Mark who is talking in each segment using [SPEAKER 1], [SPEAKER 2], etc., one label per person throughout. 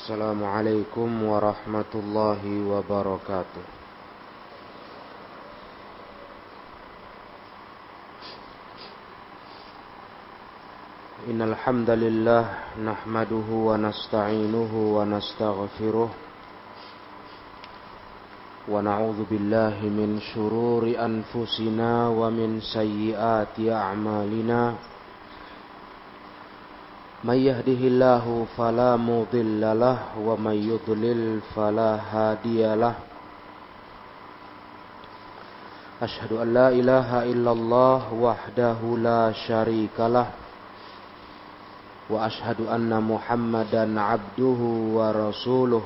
[SPEAKER 1] Assalamualaikum warahmatullahi wabarakatuh. Innal hamdalillah nahmaduhu wa nasta'inuhu wa nastaghfiruh wa na'udzu billahi min shururi anfusina wa min sayyiati a'malina. May yahdihillahu fala mudilla lahu wa may yudlil fala hadiyalah. Asyhadu an la ilaha illallah wahdahu la syarikalah wa asyhadu anna Muhammadan abduhu wa rasuluh.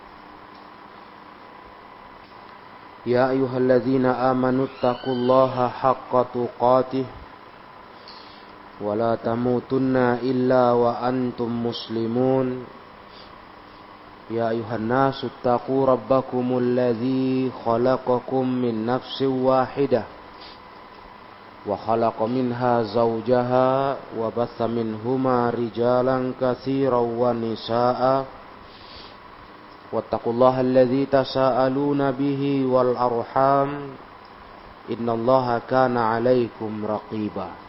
[SPEAKER 1] Ya ayyuhalladzina amanu taqullaha haqqa tuqatih wa la tamutunna illa wa antum muslimun. Ya ayuhan nasu taqu rabbakumul ladzi khalaqakum min nafsin wahidah wa khalaqa minha zawjaha wa batha minhuma rijalan katsiran wa nisaa'a wattaqullaha alladzi tasaaluna bihi wal arham innallaha kana 'alaikum raqiba.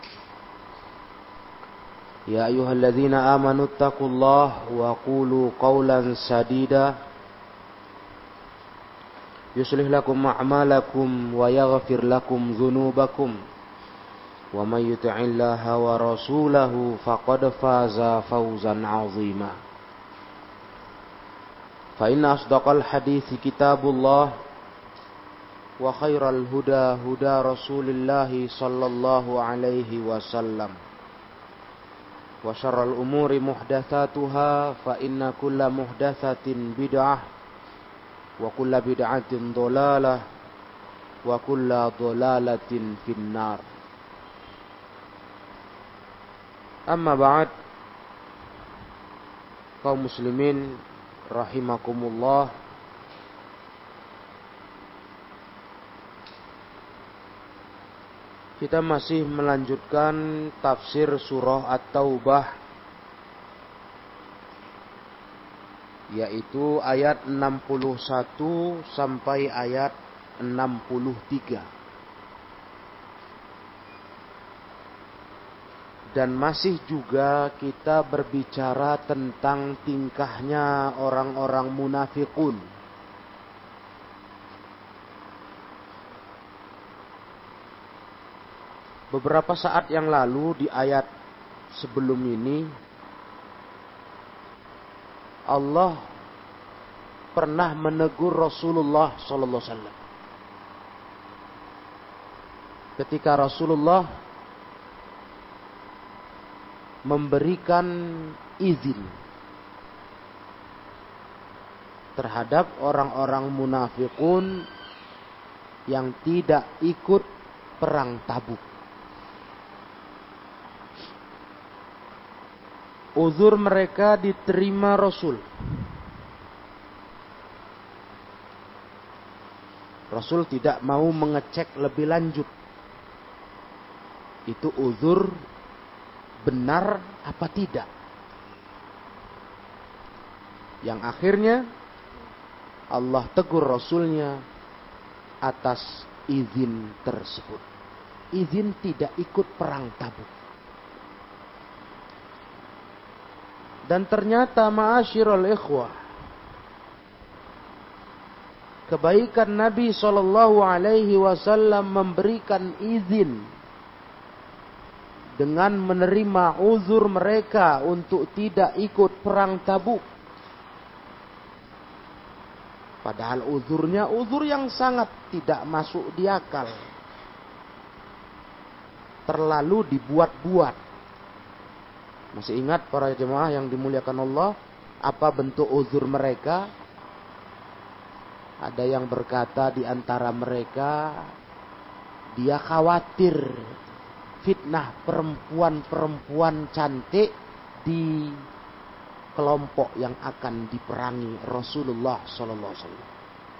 [SPEAKER 1] Ya ayyuhalladzina amanu taqullaha wa qulu qawlan sadida yuslih lakum a'malakum wa yaghfir lakum dzunubakum wa may yuti'illaha wa rasulahu faqad faza fawzan 'azima. Fa inna asdaqal hadithi kitabullah wa khairal huda huda Rasulillah sallallahu alaihi wasallam. Wa syarrul umuri muhdatsatuha fa inna kulla muhdatsatin bid'ah wa kulla bid'atin dhalalah wa kulla dhalalatin finnar. Amma ba'd, kaum muslimin rahimakumullah. Kita masih melanjutkan tafsir surah At-Taubah, yaitu ayat 61 sampai ayat 63. Dan masih juga kita berbicara tentang tingkahnya orang-orang munafikun. Beberapa saat yang lalu di ayat sebelum ini Allah pernah menegur Rasulullah sallallahu alaihi wasallam. Ketika Rasulullah memberikan izin terhadap orang-orang munafikun yang tidak ikut perang Tabuk. Uzur mereka diterima Rasul. Rasul tidak mau mengecek lebih lanjut. Itu uzur benar apa tidak. Yang akhirnya Allah tegur Rasulnya atas izin tersebut. Izin tidak ikut perang Tabuk. Dan ternyata ma'asyiral ikhwah, kebaikan Nabi sallallahu alaihi wasallam memberikan izin dengan menerima uzur mereka untuk tidak ikut perang Tabuk. Padahal uzurnya uzur yang sangat tidak masuk di akal. Terlalu dibuat-buat. Masih ingat para jemaah yang dimuliakan Allah, apa bentuk uzur mereka? Ada yang berkata di antara mereka, dia khawatir fitnah perempuan-perempuan cantik di kelompok yang akan diperangi Rasulullah sallallahu alaihi wasallam.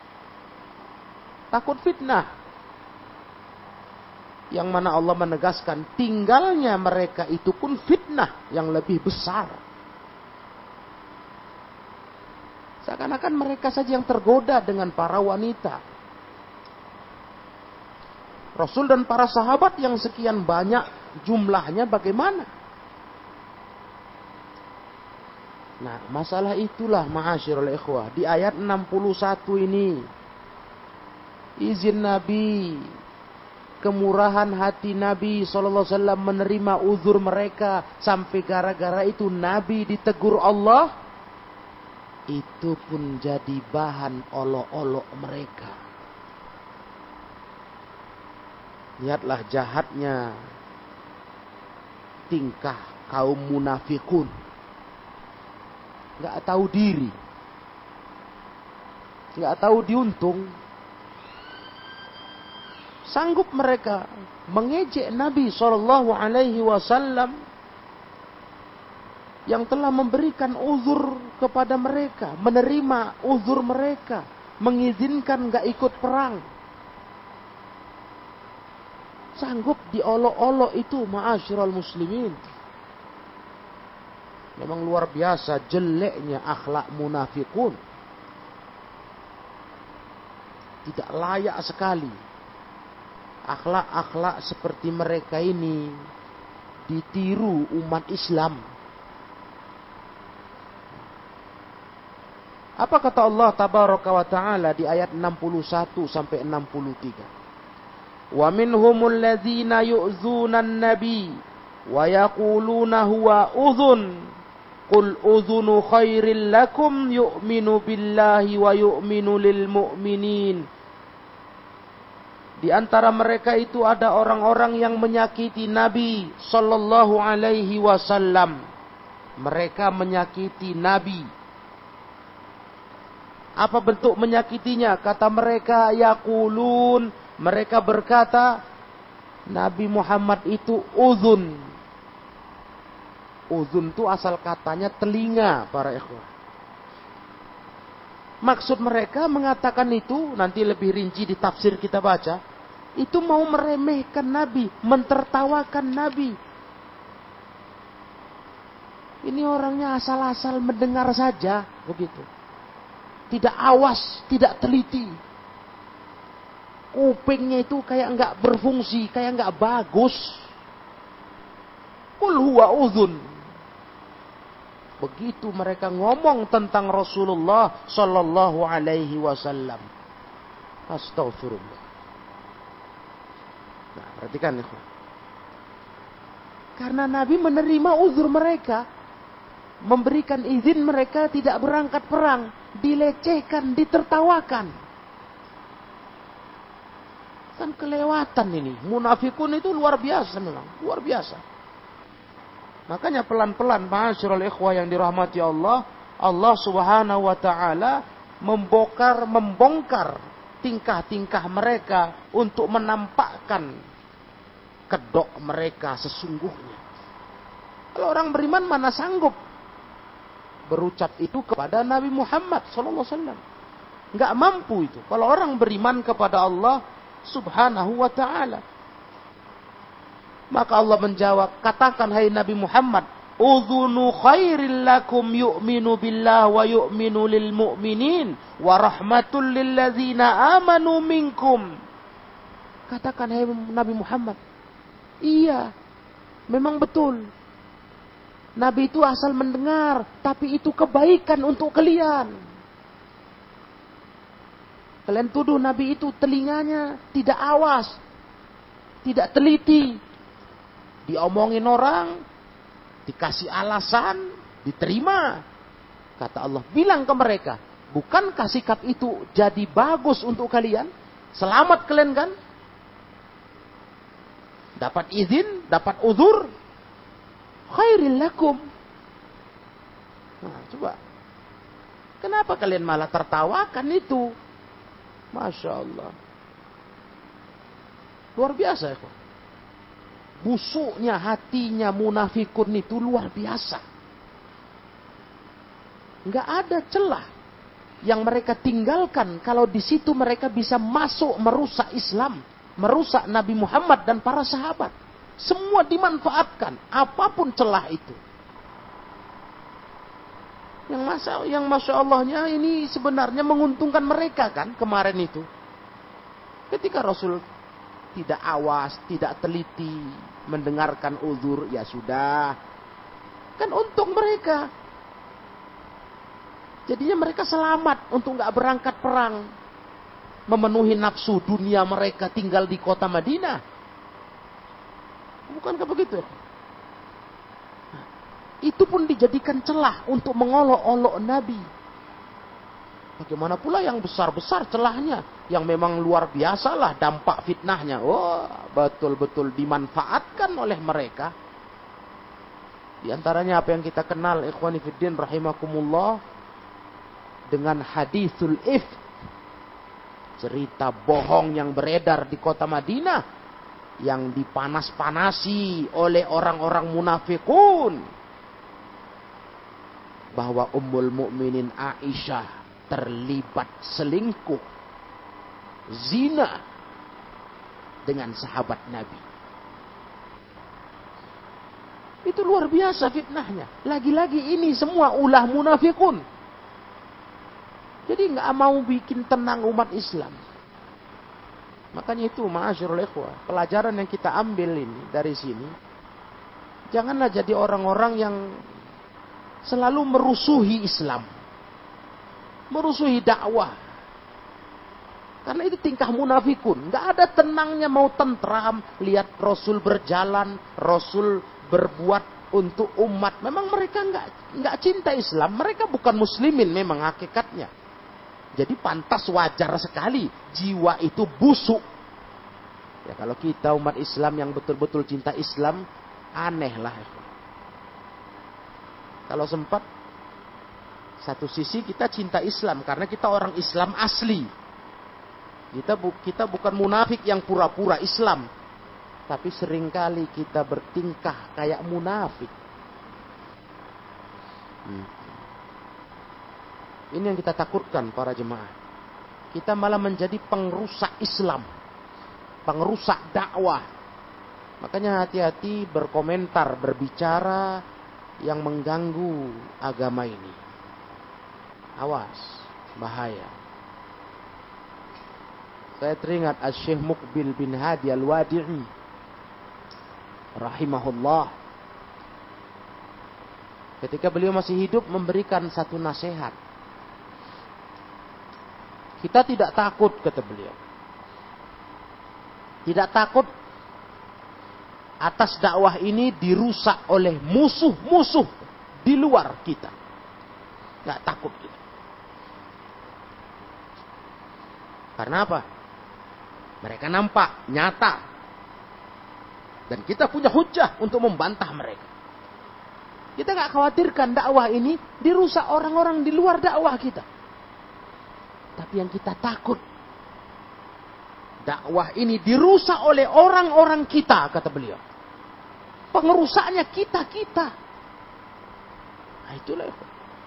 [SPEAKER 1] Takut fitnah. Yang mana Allah menegaskan tinggalnya mereka itu pun fitnah yang lebih besar. Seakan-akan mereka saja yang tergoda dengan para wanita. Rasul dan para sahabat yang sekian banyak jumlahnya bagaimana? Nah, masalah itulah ma'asyiral ikhwah. Di ayat 61 ini, izin Nabi, kemurahan hati Nabi SAW menerima uzur mereka. Sampai gara-gara itu Nabi ditegur Allah. Itu pun jadi bahan olok-olok mereka. Lihatlah jahatnya tingkah kaum munafikun. Gak tahu diri. Gak tahu diuntung. Sanggup mereka mengejek Nabi SAW yang telah memberikan uzur kepada mereka, menerima uzur mereka, mengizinkan gak ikut perang. Sanggup diolok-olok itu, ma'asyiral muslimin. Memang luar biasa jeleknya akhlak munafikun. Tidak layak sekali akhlak-akhlak seperti mereka ini ditiru umat Islam. Apa kata Allah tabaraka wa ta'ala di ayat 61 sampai 63? Wa minhumul ladzina yu'zuna an-nabi wa yaquluna huwa udhun qul udhunu khairil lakum yu'minu billahi wa yu'minu lil mu'minin. Di antara mereka itu ada orang-orang yang menyakiti Nabi sallallahu alaihi wasallam. Mereka menyakiti Nabi. Apa bentuk menyakitinya? Kata mereka, yaqulun, mereka berkata, Nabi Muhammad itu uzun. Uzun itu asal katanya telinga, para ikhwah. Maksud mereka mengatakan itu, nanti lebih rinci di tafsir kita baca, itu mau meremehkan Nabi, mentertawakan Nabi. Ini orangnya asal-asal mendengar saja, begitu. Tidak awas, tidak teliti. Kupingnya itu kayak enggak berfungsi, kayak enggak bagus. Qul huwa udhun. Begitu mereka ngomong tentang Rasulullah sallallahu alaihi wasallam. Astaghfirullah. Nah, perhatikan ikhwan. Karena Nabi menerima uzur mereka, memberikan izin mereka tidak berangkat perang, dilecehkan, ditertawakan. Kan kelewatan ini. Munafikun itu luar biasa memang, luar biasa. Makanya pelan-pelan ma'asyiral ikhwah yang dirahmati Allah, Allah Subhanahu wa taala membongkar tingkah-tingkah mereka untuk menampakkan kedok mereka sesungguhnya. Kalau orang beriman mana sanggup berucap itu kepada Nabi Muhammad sallallahu alaihi wasallam. Enggak mampu itu. Kalau orang beriman kepada Allah Subhanahu wa taala. Maka Allah menjawab, katakan hai Nabi Muhammad, udhunu khairil lakum yu'minu billah wa yu'minu lil mu'minin wa rahmatul lil ladzina amanu minkum. Katakan hai Nabi Muhammad, iya, memang betul. Nabi itu asal mendengar, tapi itu kebaikan untuk kalian. Kalian tuduh Nabi itu telinganya tidak awas, tidak teliti. Diomongin orang, dikasih alasan, diterima. Kata Allah, bilang ke mereka, bukankah sikap itu jadi bagus untuk kalian? Selamat kalian kan? Dapat izin, dapat uzur. Khairil lakum. Nah, coba. Kenapa kalian malah tertawakan itu? Masya Allah. Luar biasa ya. Busuknya hatinya munafikun itu luar biasa. Enggak ada celah yang mereka tinggalkan kalau di situ mereka bisa masuk merusak Islam, merusak Nabi Muhammad dan para sahabat. Semua dimanfaatkan, apapun celah itu. Yang Masya Allahnya ini sebenarnya menguntungkan mereka kan kemarin itu. Ketika Rasul tidak awas, tidak teliti, mendengarkan uzur, ya sudah. Kan untung mereka. Jadinya mereka selamat untuk nggak berangkat perang. Memenuhi nafsu dunia mereka tinggal di kota Madinah. Bukankah begitu? Itu pun dijadikan celah untuk mengolok-olok Nabi. Bagaimana pula yang besar-besar celahnya. Yang memang luar biasa lah dampak fitnahnya. Oh, betul-betul dimanfaatkan oleh mereka. Di antaranya apa yang kita kenal, ikhwani fiddin rahimakumullah, dengan hadisul ifk. Cerita bohong yang beredar di kota Madinah. Yang dipanas-panasi oleh orang-orang munafikun. Bahwa Ummul Mukminin Aisyah terlibat selingkuh, zina dengan sahabat Nabi. Itu luar biasa fitnahnya. Lagi-lagi ini semua ulah munafikun. Jadi nggak mau bikin tenang umat Islam. Makanya itu ma'asyiral ikhwah, pelajaran yang kita ambil ini dari sini, janganlah jadi orang-orang yang selalu merusuhi Islam. Merusuhi dakwah. Karena itu tingkah munafikun. Nggak ada tenangnya, mau tentram. Lihat Rasul berjalan. Rasul berbuat untuk umat. Memang mereka nggak cinta Islam. Mereka bukan muslimin memang hakikatnya. Jadi pantas wajar sekali. Jiwa itu busuk. Ya, kalau kita umat Islam yang betul-betul cinta Islam. Aneh lah. Kalau sempat, satu sisi kita cinta Islam karena kita orang Islam asli. Kita bukan munafik yang pura-pura Islam, tapi seringkali kita bertingkah kayak munafik. Ini yang kita takutkan para jemaah. Kita malah menjadi pengrusak Islam, pengrusak dakwah. Makanya hati-hati berkomentar, berbicara yang mengganggu agama ini. Awas, bahaya. Saya teringat Asy-Syaikh Muqbil bin Hadi Al-Wadi'i rahimahullah. Ketika beliau masih hidup memberikan satu nasihat. Kita tidak takut, kata beliau. Tidak takut atas dakwah ini dirusak oleh musuh-musuh di luar kita. Nggak takut kita. Karena apa? Mereka nampak, nyata. Dan kita punya hujah untuk membantah mereka. Kita nggak khawatirkan dakwah ini dirusak orang-orang di luar dakwah kita. Tapi yang kita takut, dakwah ini dirusak oleh orang-orang kita, kata beliau. Pengerusaknya kita. Nah, itulah itu.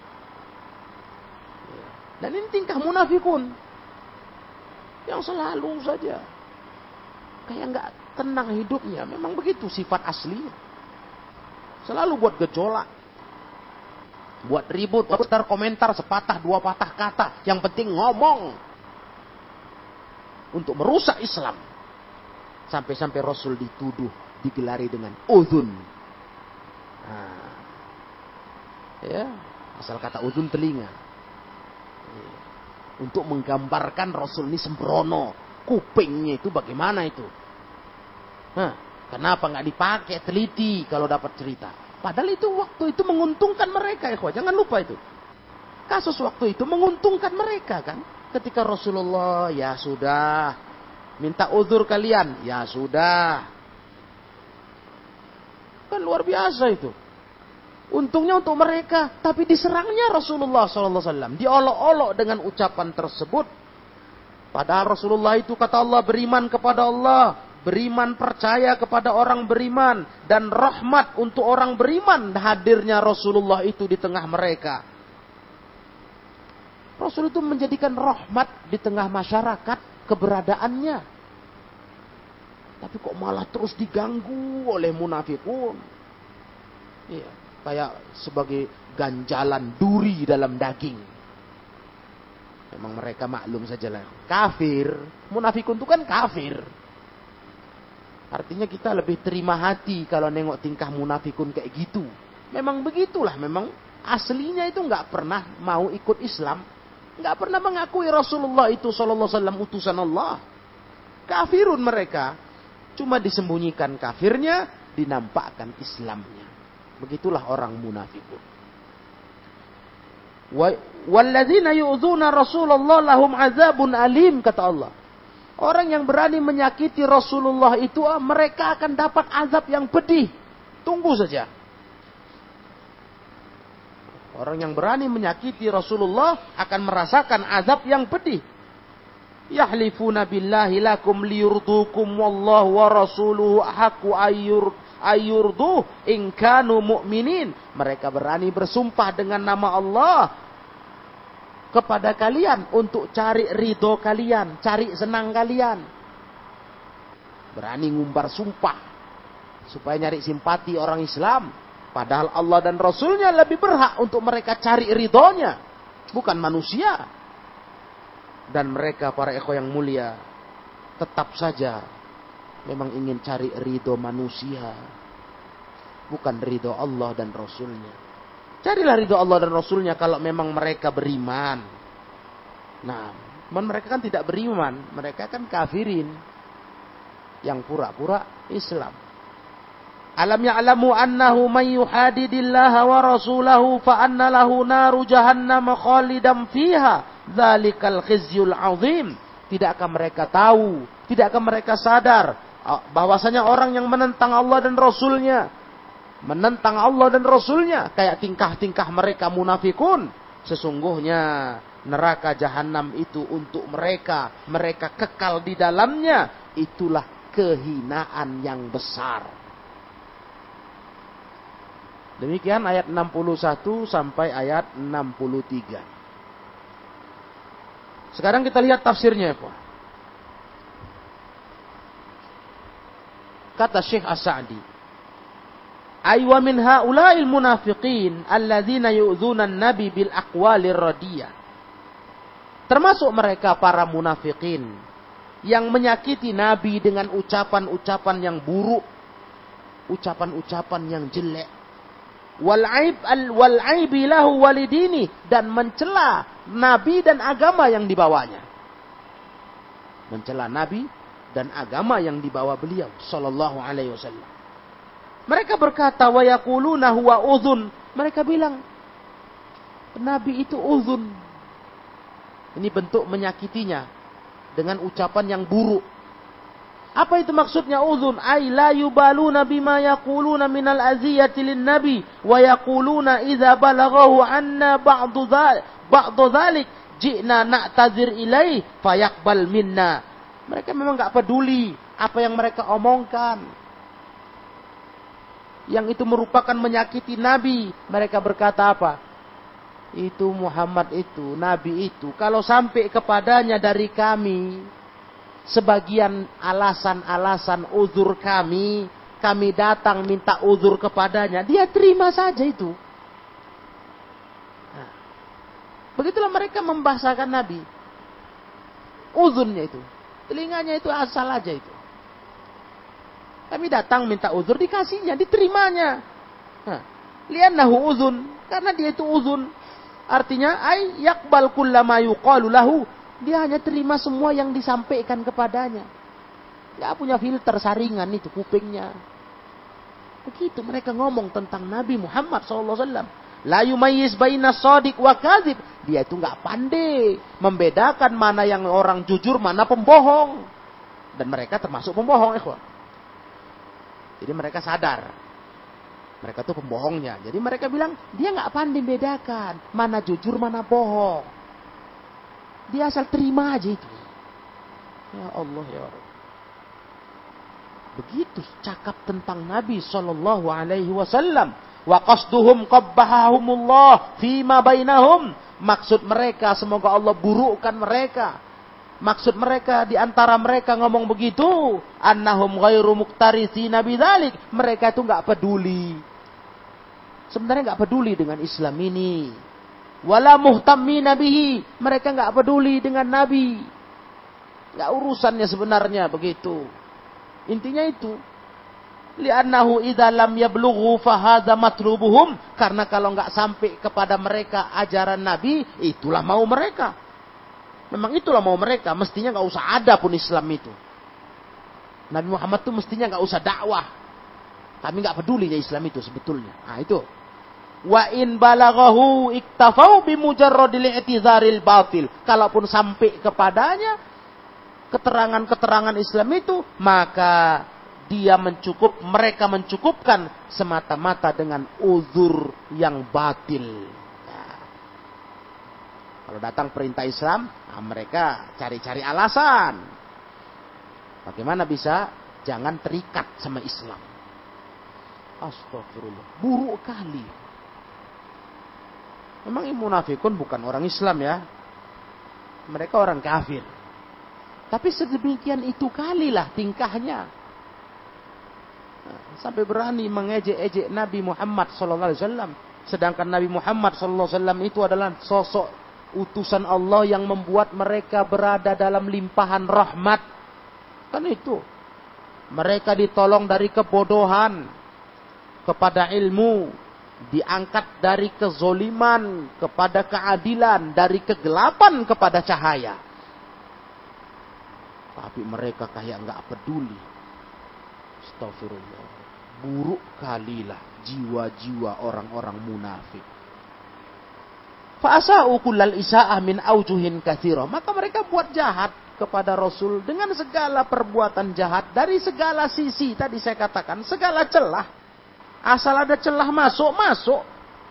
[SPEAKER 1] Dan ini tingkah munafikun. Yang selalu saja kayak nggak tenang hidupnya. Memang begitu sifat aslinya. Selalu buat gejolak, buat ribut, komentar sepatah dua patah kata. Yang penting ngomong untuk merusak Islam. Sampai-sampai Rasul dituduh, digelari dengan uzun. Nah, ya, asal kata uzun telinga. Untuk menggambarkan Rasul ini sembrono. Kupingnya itu bagaimana itu? Nah, kenapa nggak dipakai teliti kalau dapat cerita? Padahal itu waktu itu menguntungkan mereka, ya. Jangan lupa itu. Kasus waktu itu menguntungkan mereka kan. Ketika Rasulullah, ya sudah, minta uzur kalian, ya sudah. Kan luar biasa itu. Untungnya untuk mereka, tapi diserangnya Rasulullah SAW. Diolok-olok dengan ucapan tersebut. Padahal Rasulullah itu kata Allah beriman kepada Allah. Beriman percaya kepada orang beriman. Dan rahmat untuk orang beriman. Hadirnya Rasulullah itu di tengah mereka. Rasul itu menjadikan rahmat di tengah masyarakat keberadaannya. Tapi kok malah terus diganggu oleh munafikun. Iya. Kayak sebagai ganjalan duri dalam daging. Memang mereka maklum sajalah. Kafir. Munafikun itu kan kafir. Artinya kita lebih terima hati kalau nengok tingkah munafikun kayak gitu. Memang begitulah. Memang aslinya itu nggak pernah mau ikut Islam. Nggak pernah mengakui Rasulullah itu sallallahu alaihi wasallam utusan Allah. Kafirun mereka. Cuma disembunyikan kafirnya, dinampakkan Islamnya. Begitulah orang munafikun. Walladzina yu'dzuna Rasulullah lahum azabun alim, kata Allah. Orang yang berani menyakiti Rasulullah itu, mereka akan dapat azab yang pedih. Tunggu saja. Orang yang berani menyakiti Rasulullah akan merasakan azab yang pedih. Yahlifuna billahi lakum liyurdukum wallahu wa rasuluhu ahaqqu ayyurduh in kanu mu'minin. Mereka berani bersumpah dengan nama Allah kepada kalian untuk cari ridho kalian, cari senang kalian. Berani ngumbar sumpah supaya nyari simpati orang Islam. Padahal Allah dan Rasulnya lebih berhak untuk mereka cari ridhonya, bukan manusia. Dan mereka para ikhwan yang mulia tetap saja memang ingin cari ridho manusia, bukan ridho Allah dan Rasulnya. Carilah ridho Allah dan Rasulnya kalau memang mereka beriman. Nah, mereka kan tidak beriman. Mereka kan kafirin. Yang pura-pura Islam. Alam ya'lamu annahu man yuhadidillaha wa rasulahu fa anna lahu naru jahannam khalidan fiha. Dzalikal khizyul azim. Tidakkah mereka tahu? Tidakkah mereka sadar bahwasanya orang yang menentang Allah dan Rasulnya, menentang Allah dan Rasulnya, kayak tingkah-tingkah mereka munafikun, sesungguhnya neraka jahanam itu untuk mereka, mereka kekal di dalamnya. Itulah kehinaan yang besar. Demikian ayat 61 sampai ayat 63. Sekarang kita lihat tafsirnya, Pak. Kata Syekh As-Sa'di, aywa min haula'il munafiqin alladzina yu'dzuna an-nabi bil aqwalir radiyah. Termasuk mereka para munafikin yang menyakiti Nabi dengan ucapan-ucapan yang buruk, ucapan-ucapan yang jelek. Wal aibi lahu walidini, dan mencela Nabi dan agama yang dibawanya. Mencela Nabi dan agama yang dibawa beliau sallallahu alaihi wasallam. Mereka berkata, wa yaquluna huwa udhun. Mereka bilang, Nabi itu udhun. Ini bentuk menyakitinya dengan ucapan yang buruk. Apa itu maksudnya udhun? Ay la yubaluna bima yaquluna minal aziyati lin nabi wa yaquluna idza balaghahu anna ba'du dhalik ji'na na'tazir ilaih fayaqbal minna. Mereka memang enggak peduli apa yang mereka omongkan, yang itu merupakan menyakiti Nabi. Mereka berkata apa? Itu Muhammad itu, Nabi itu, kalau sampai kepadanya dari kami sebagian alasan-alasan uzur kami datang minta uzur kepadanya, dia terima saja itu. Nah, begitulah mereka membahasakan Nabi. Uzurnya itu, telinganya itu asal aja itu. Kami datang minta uzur, dikasihnya, diterimanya. Li'annahu uzun, karena dia itu uzun. Artinya, ay yakbal kullama yuqalu lahu. Dia hanya terima semua yang disampaikan kepadanya. Dia punya filter saringan itu kupingnya. Begitu mereka ngomong tentang Nabi Muhammad SAW. La yumayyiz baina shadiq wa kadzib. Dia itu nggak pandai membedakan mana yang orang jujur, mana pembohong. Dan mereka termasuk pembohong, ikhwan. Jadi mereka sadar, mereka tuh pembohongnya. Jadi mereka bilang, dia nggak pandai bedakan mana jujur, mana bohong. Dia asal terima aja itu. Ya Allah, ya Allah. Begitu cakap tentang Nabi Sallallahu Alaihi Wasallam. Wa qasduhum qabbahahumullah fima bainahum. Maksud mereka, semoga Allah burukkan mereka. Maksud mereka, di antara mereka ngomong begitu, annahum ghairu muqtarithina bidzalik. Mereka itu enggak peduli sebenarnya nggak peduli dengan Islam ini. Wala muhtammina bihi, mereka nggak peduli dengan Nabi. Nggak urusannya sebenarnya begitu. Intinya itu. Li'annahu idza lam yablughu fahadza matlubuhum, karena kalau nggak sampai kepada mereka ajaran Nabi, itulah mau mereka. Memang itulah mau mereka, mestinya nggak usah ada pun Islam itu. Nabi Muhammad tuh mestinya nggak usah dakwah. Kami nggak peduli ya Islam itu sebetulnya. Nah itu. Wa in balaghahu iktafau bimujarradil i'tizaril batil. Kalaupun sampai kepadanya keterangan-keterangan Islam itu, maka mereka mencukupkan semata-mata dengan uzur yang batil. Nah, kalau datang perintah Islam, mereka cari-cari alasan. Bagaimana bisa? Jangan terikat sama Islam. Astagfirullah. Buruk kali. Memang munafikun bukan orang Islam ya. Mereka orang kafir. Tapi sedemikian itu kalilah tingkahnya. Sampai berani mengejek-ejek Nabi Muhammad SAW. Sedangkan Nabi Muhammad SAW itu adalah sosok utusan Allah yang membuat mereka berada dalam limpahan rahmat. Kan itu. Mereka ditolong dari kebodohan kepada ilmu. Diangkat dari kezoliman kepada keadilan. Dari kegelapan kepada cahaya. Tapi mereka kayak nggak peduli. Astagfirullah. Buruk kalilah jiwa-jiwa orang-orang munafik. Fa'asa'u kullal isa'ah min aujuhin katsirah. Maka mereka buat jahat kepada Rasul dengan segala perbuatan jahat dari segala sisi. Tadi saya katakan segala celah. Asal ada celah masuk.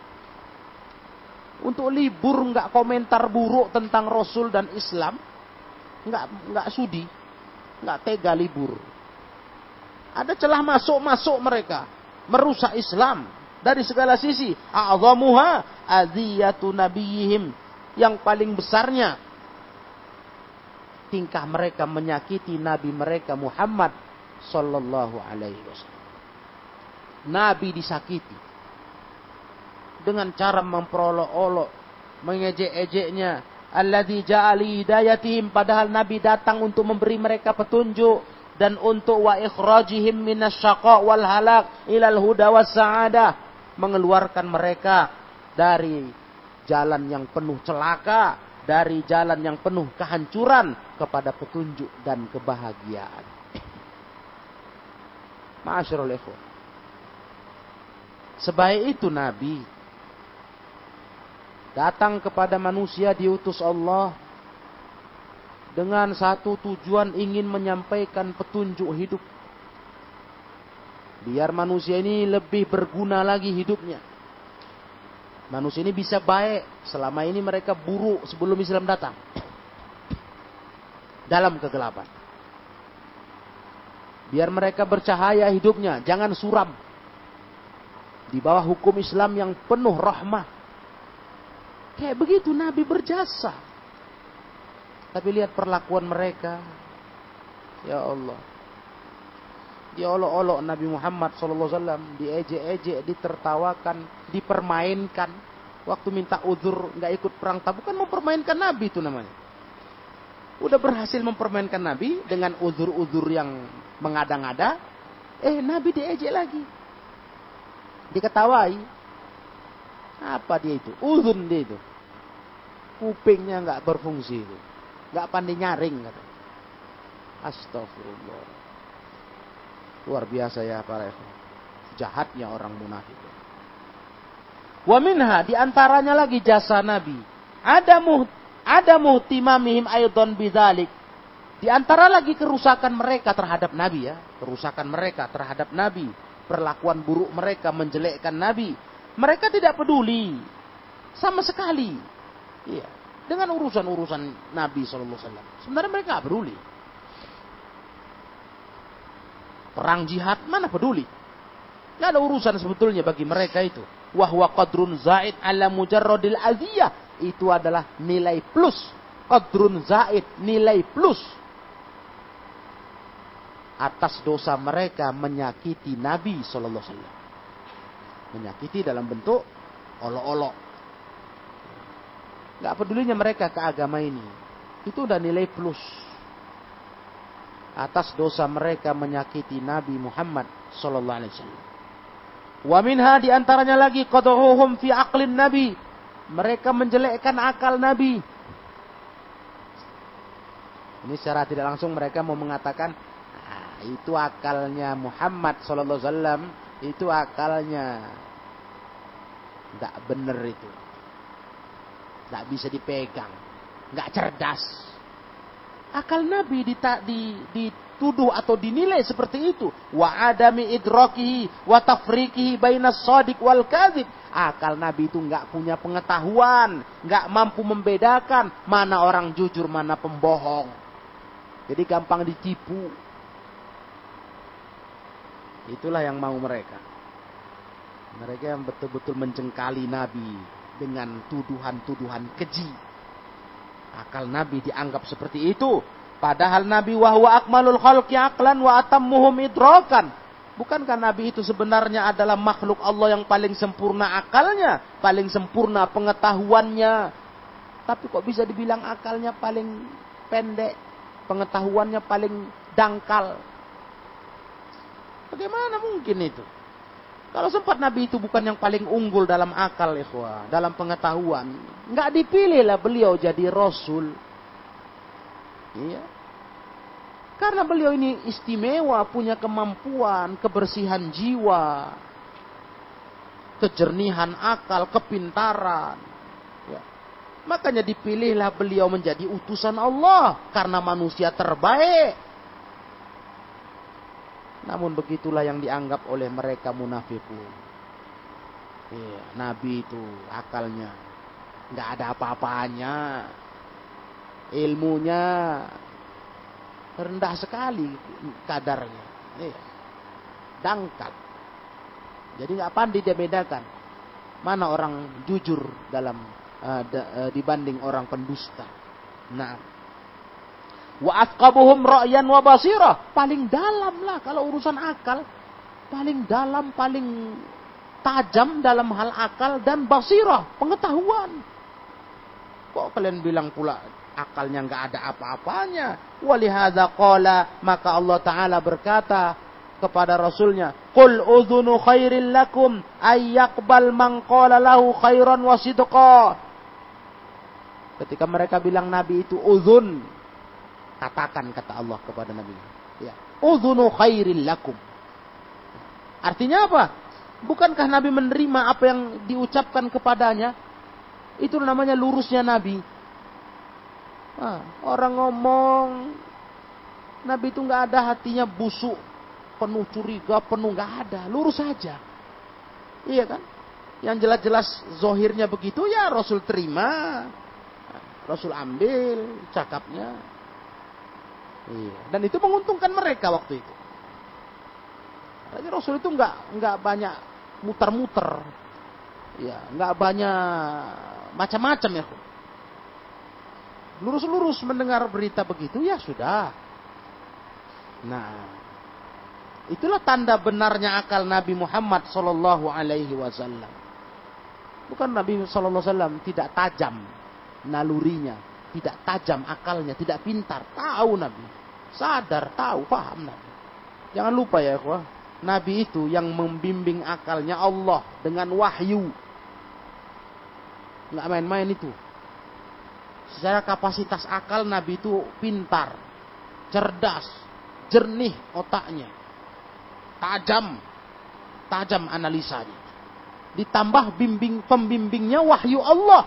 [SPEAKER 1] Untuk libur nggak komentar buruk tentang Rasul dan Islam, nggak sudi, nggak tega libur. Ada celah masuk mereka. Merusak Islam. Dari segala sisi. A'zamuha aziyatu nabiyihim. Yang paling besarnya. Tingkah mereka menyakiti Nabi mereka Muhammad Sallallahu Alaihi Wasallam. Nabi disakiti. Dengan cara memperolok-olok. Mengejek-ejeknya. Alladzi ja'ali hidayatihim. Padahal Nabi datang untuk memberi mereka petunjuk. Dan untuk wa ikhrajihim minasyaqa wal halak ilal huda was sa'adah, mengeluarkan mereka dari jalan yang penuh celaka, dari jalan yang penuh kehancuran kepada petunjuk dan kebahagiaan. Ma'asyiral ikhwan. Sebaik itu Nabi datang kepada manusia diutus Allah dengan satu tujuan ingin menyampaikan petunjuk hidup. Biar manusia ini lebih berguna lagi hidupnya. Manusia ini bisa baik. Selama ini mereka buruk sebelum Islam datang. Dalam kegelapan. Biar mereka bercahaya hidupnya. Jangan suram. Di bawah hukum Islam yang penuh rahmah. Kayak begitu Nabi berjasa. Tapi lihat perlakuan mereka. Ya Allah. Diolok-olok Nabi Muhammad SAW. Diejek-ejek, ditertawakan, dipermainkan. Waktu minta uzur, nggak ikut perang Tabuk. Kan mempermainkan Nabi itu namanya. Udah berhasil mempermainkan Nabi dengan uzur-uzur yang mengada-ngada. Nabi diejek lagi. Diketawai. Apa dia itu? Uzun dia itu. Kupingnya nggak berfungsi itu. Gak pandai nyaring kata. Astagfirullah. Luar biasa ya para ikhwan. Jahatnya orang munafik. Wa minha, diantaranya lagi jasa Nabi. Ada muhtimamihim aydon bidzalik. Di antara lagi kerusakan mereka terhadap Nabi ya. Kerusakan mereka terhadap Nabi. Perlakuan buruk mereka menjelekkan Nabi. Mereka tidak peduli. Sama sekali. Iya. Dengan urusan-urusan Nabi SAW. Sebenarnya mereka tidak peduli. Perang jihad mana peduli. Tidak ada urusan sebetulnya bagi mereka itu. Wahwa qadrun zaid ala mujarrodil aziyah. Itu adalah nilai plus. Qadrun zaid, nilai plus. Atas dosa mereka menyakiti Nabi SAW. Menyakiti dalam bentuk olok-olok. Gak pedulinya mereka ke agama ini. Itu udah nilai plus. Atas dosa mereka menyakiti Nabi Muhammad sallallahu alaihi wasallam. Wa minha, di antaranya lagi, qadhuhum fi aqlin Nabi. Mereka menjelekkan akal Nabi. Ini secara tidak langsung mereka mau mengatakan, itu akalnya Muhammad sallallahu alaihi wasallam, itu akalnya enggak benar itu. Enggak bisa dipegang, enggak cerdas. Akal Nabi dituduh atau dinilai seperti itu. Wa adami idrakihi wa tafriqihi bainas shadiq wal kadzib. Akal Nabi itu enggak punya pengetahuan, enggak mampu membedakan mana orang jujur, mana pembohong. Jadi gampang ditipu. Itulah yang mau mereka. Mereka yang betul-betul mencengkali Nabi dengan tuduhan-tuduhan keji. Akal Nabi dianggap seperti itu. Padahal Nabi wahwa akmalul khalqi aqlan wa atammuhum idrakan. Bukankah Nabi itu sebenarnya adalah makhluk Allah yang paling sempurna akalnya, paling sempurna pengetahuannya. Tapi kok bisa dibilang akalnya paling pendek, pengetahuannya paling dangkal? Bagaimana mungkin itu? Kalau sempat Nabi itu bukan yang paling unggul dalam akal, ikhwah, dalam pengetahuan, enggak dipilih lah beliau jadi Rasul. Iya. Karena beliau ini istimewa, punya kemampuan, kebersihan jiwa, kejernihan akal, kepintaran. Ya. Makanya dipilihlah beliau menjadi utusan Allah karena manusia terbaik. Namun begitulah yang dianggap oleh mereka munafikun. Iya, Nabi itu akalnya nggak ada apa-apanya, ilmunya rendah sekali kadarnya, iya, dangkal. Jadi nggak pandai dia bedakan mana orang jujur dalam dibanding orang pendusta. Nah. Wa atqabuhum ra'yan wa basirah. Paling dalam lah kalau urusan akal. Paling dalam, paling tajam dalam hal akal dan basirah, pengetahuan. Kok kalian bilang pula akalnya enggak ada apa-apanya? Walihadza qala, maka Allah Ta'ala berkata kepada Rasulnya, Qul udhunu khairil lakum ayyaqbal man qala lahu khairan wa sidqa. Ketika mereka bilang Nabi itu udhun, katakan, kata Allah kepada Nabi, ya, udhunu khairil lakum. Artinya apa? Bukankah Nabi menerima apa yang diucapkan kepadanya? Itu namanya lurusnya Nabi. Orang ngomong, Nabi itu nggak ada hatinya busuk, penuh curiga, penuh, nggak ada, lurus saja. Iya kan? Yang jelas-jelas zohirnya begitu, ya Rasul terima, Rasul ambil cakapnya. Iya. Dan itu menguntungkan mereka waktu itu. Jadi Rasul itu nggak banyak muter-muter, ya, nggak banyak macam-macam ya. Lurus-lurus mendengar berita begitu, ya sudah. Nah, itulah tanda benarnya akal Nabi Muhammad Sallallahu Alaihi Wasallam. Bukan Nabi Sallallahu Alaihi Wasallam tidak tajam nalurinya, tidak tajam akalnya, tidak pintar. Tahu Nabi, sadar, tahu, paham Nabi. Jangan lupa ya, ikhwah, Nabi itu yang membimbing akalnya Allah dengan wahyu. Nggak main-main itu. Secara kapasitas akal Nabi itu pintar, cerdas, jernih otaknya, tajam analisanya. Ditambah pembimbingnya wahyu Allah.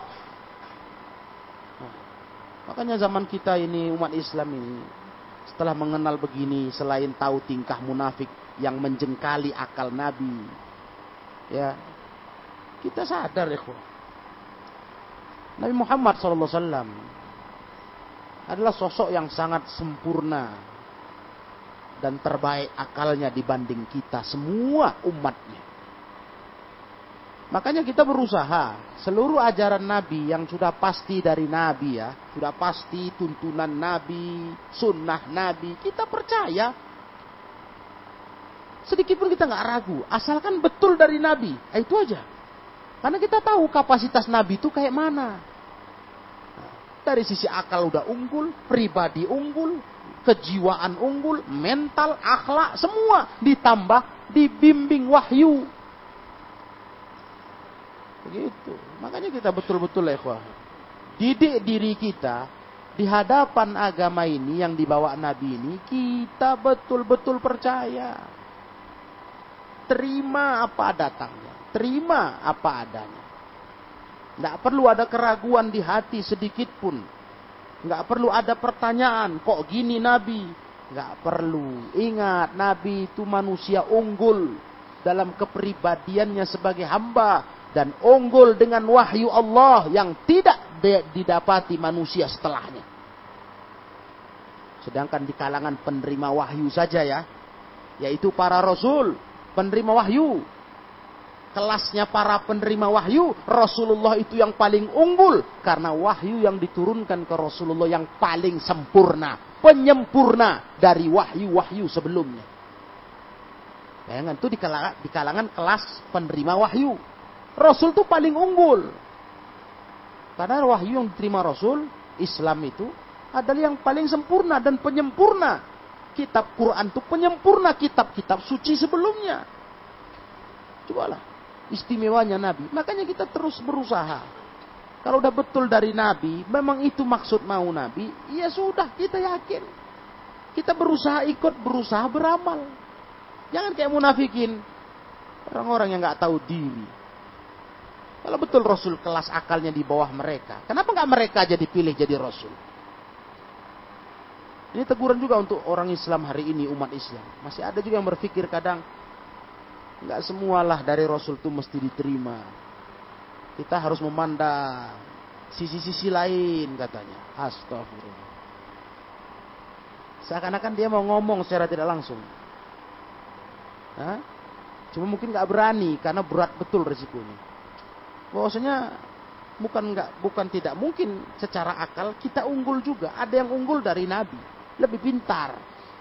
[SPEAKER 1] Makanya zaman kita ini, umat Islam ini, setelah mengenal begini, selain tahu tingkah munafik yang menjengkali akal Nabi, ya, kita sadar ya, Nabi Muhammad SAW adalah sosok yang sangat sempurna dan terbaik akalnya dibanding kita semua umatnya. Makanya kita berusaha seluruh ajaran Nabi yang sudah pasti dari Nabi, ya, sudah pasti tuntunan Nabi, sunnah Nabi, kita percaya. Sedikit pun kita nggak ragu, asalkan betul dari Nabi. Itu aja. Karena kita tahu kapasitas Nabi itu kayak mana. Dari sisi akal udah unggul, pribadi unggul, kejiwaan unggul, mental, akhlak, semua ditambah dibimbing wahyu. Begitu. Makanya kita betul-betul ikhwah, didik diri kita di hadapan agama ini yang dibawa Nabi ini, kita betul-betul percaya. Terima apa datangnya, terima apa adanya. Tidak perlu ada keraguan di hati sedikit pun. Tidak perlu ada pertanyaan, kok gini Nabi? Tidak perlu. Ingat, Nabi itu manusia unggul dalam kepribadiannya sebagai hamba. Dan unggul dengan wahyu Allah yang tidak didapati manusia setelahnya. Sedangkan di kalangan penerima wahyu saja ya, yaitu para rasul, penerima wahyu. Kelasnya para penerima wahyu, Rasulullah itu yang paling unggul. Karena wahyu yang diturunkan ke Rasulullah yang paling sempurna. Penyempurna dari wahyu-wahyu sebelumnya. Bayangkan itu di kalangan kelas penerima wahyu. Rasul itu paling unggul. Karena wahyu yang diterima Rasul, Islam itu adalah yang paling sempurna dan penyempurna. Kitab Quran itu penyempurna kitab-kitab suci sebelumnya. Cobalah. Istimewanya Nabi. Makanya kita terus berusaha. Kalau udah betul dari Nabi, memang itu maksud mau Nabi, ya sudah kita yakin. Kita berusaha ikut, berusaha beramal. Jangan kayak munafikin. Orang-orang yang gak tahu diri. Kalau betul Rasul kelas akalnya di bawah mereka, kenapa gak mereka aja dipilih jadi Rasul? Ini teguran juga untuk orang Islam hari ini, umat Islam. Masih ada juga yang berpikir kadang, enggak semualah dari Rasul itu mesti diterima. Kita harus memandang sisi-sisi lain katanya. Astagfirullah. Seakan-akan dia mau ngomong secara tidak langsung. Hah? Cuma mungkin enggak berani karena berat betul resikonya. Bahwasanya bukan tidak mungkin secara akal kita unggul juga. Ada yang unggul dari Nabi, lebih pintar.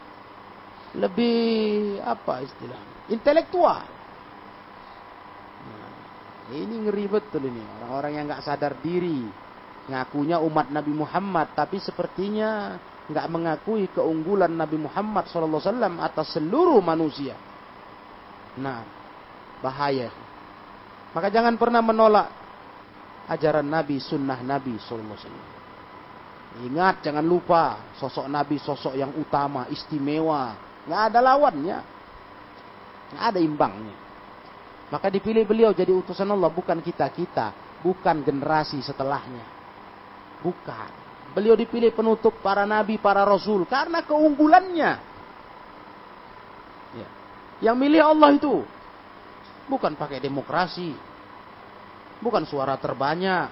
[SPEAKER 1] Lebih apa istilahnya? Intelektual. Nah, ini ngeri betul ini. Orang-orang yang gak sadar diri. Ngakunya umat Nabi Muhammad. Tapi sepertinya gak mengakui keunggulan Nabi Muhammad SAW atas seluruh manusia. Nah, bahaya. Maka jangan pernah menolak ajaran Nabi, sunnah Nabi SAW. Ingat, jangan lupa. Sosok Nabi, sosok yang utama, istimewa. Gak ada lawannya. Nggak ada imbangnya. Maka dipilih beliau jadi utusan Allah, bukan kita-kita, bukan generasi setelahnya. Bukan. Beliau dipilih penutup para nabi, para rasul karena keunggulannya. Ya. Yang milih Allah itu bukan pakai demokrasi, bukan suara terbanyak,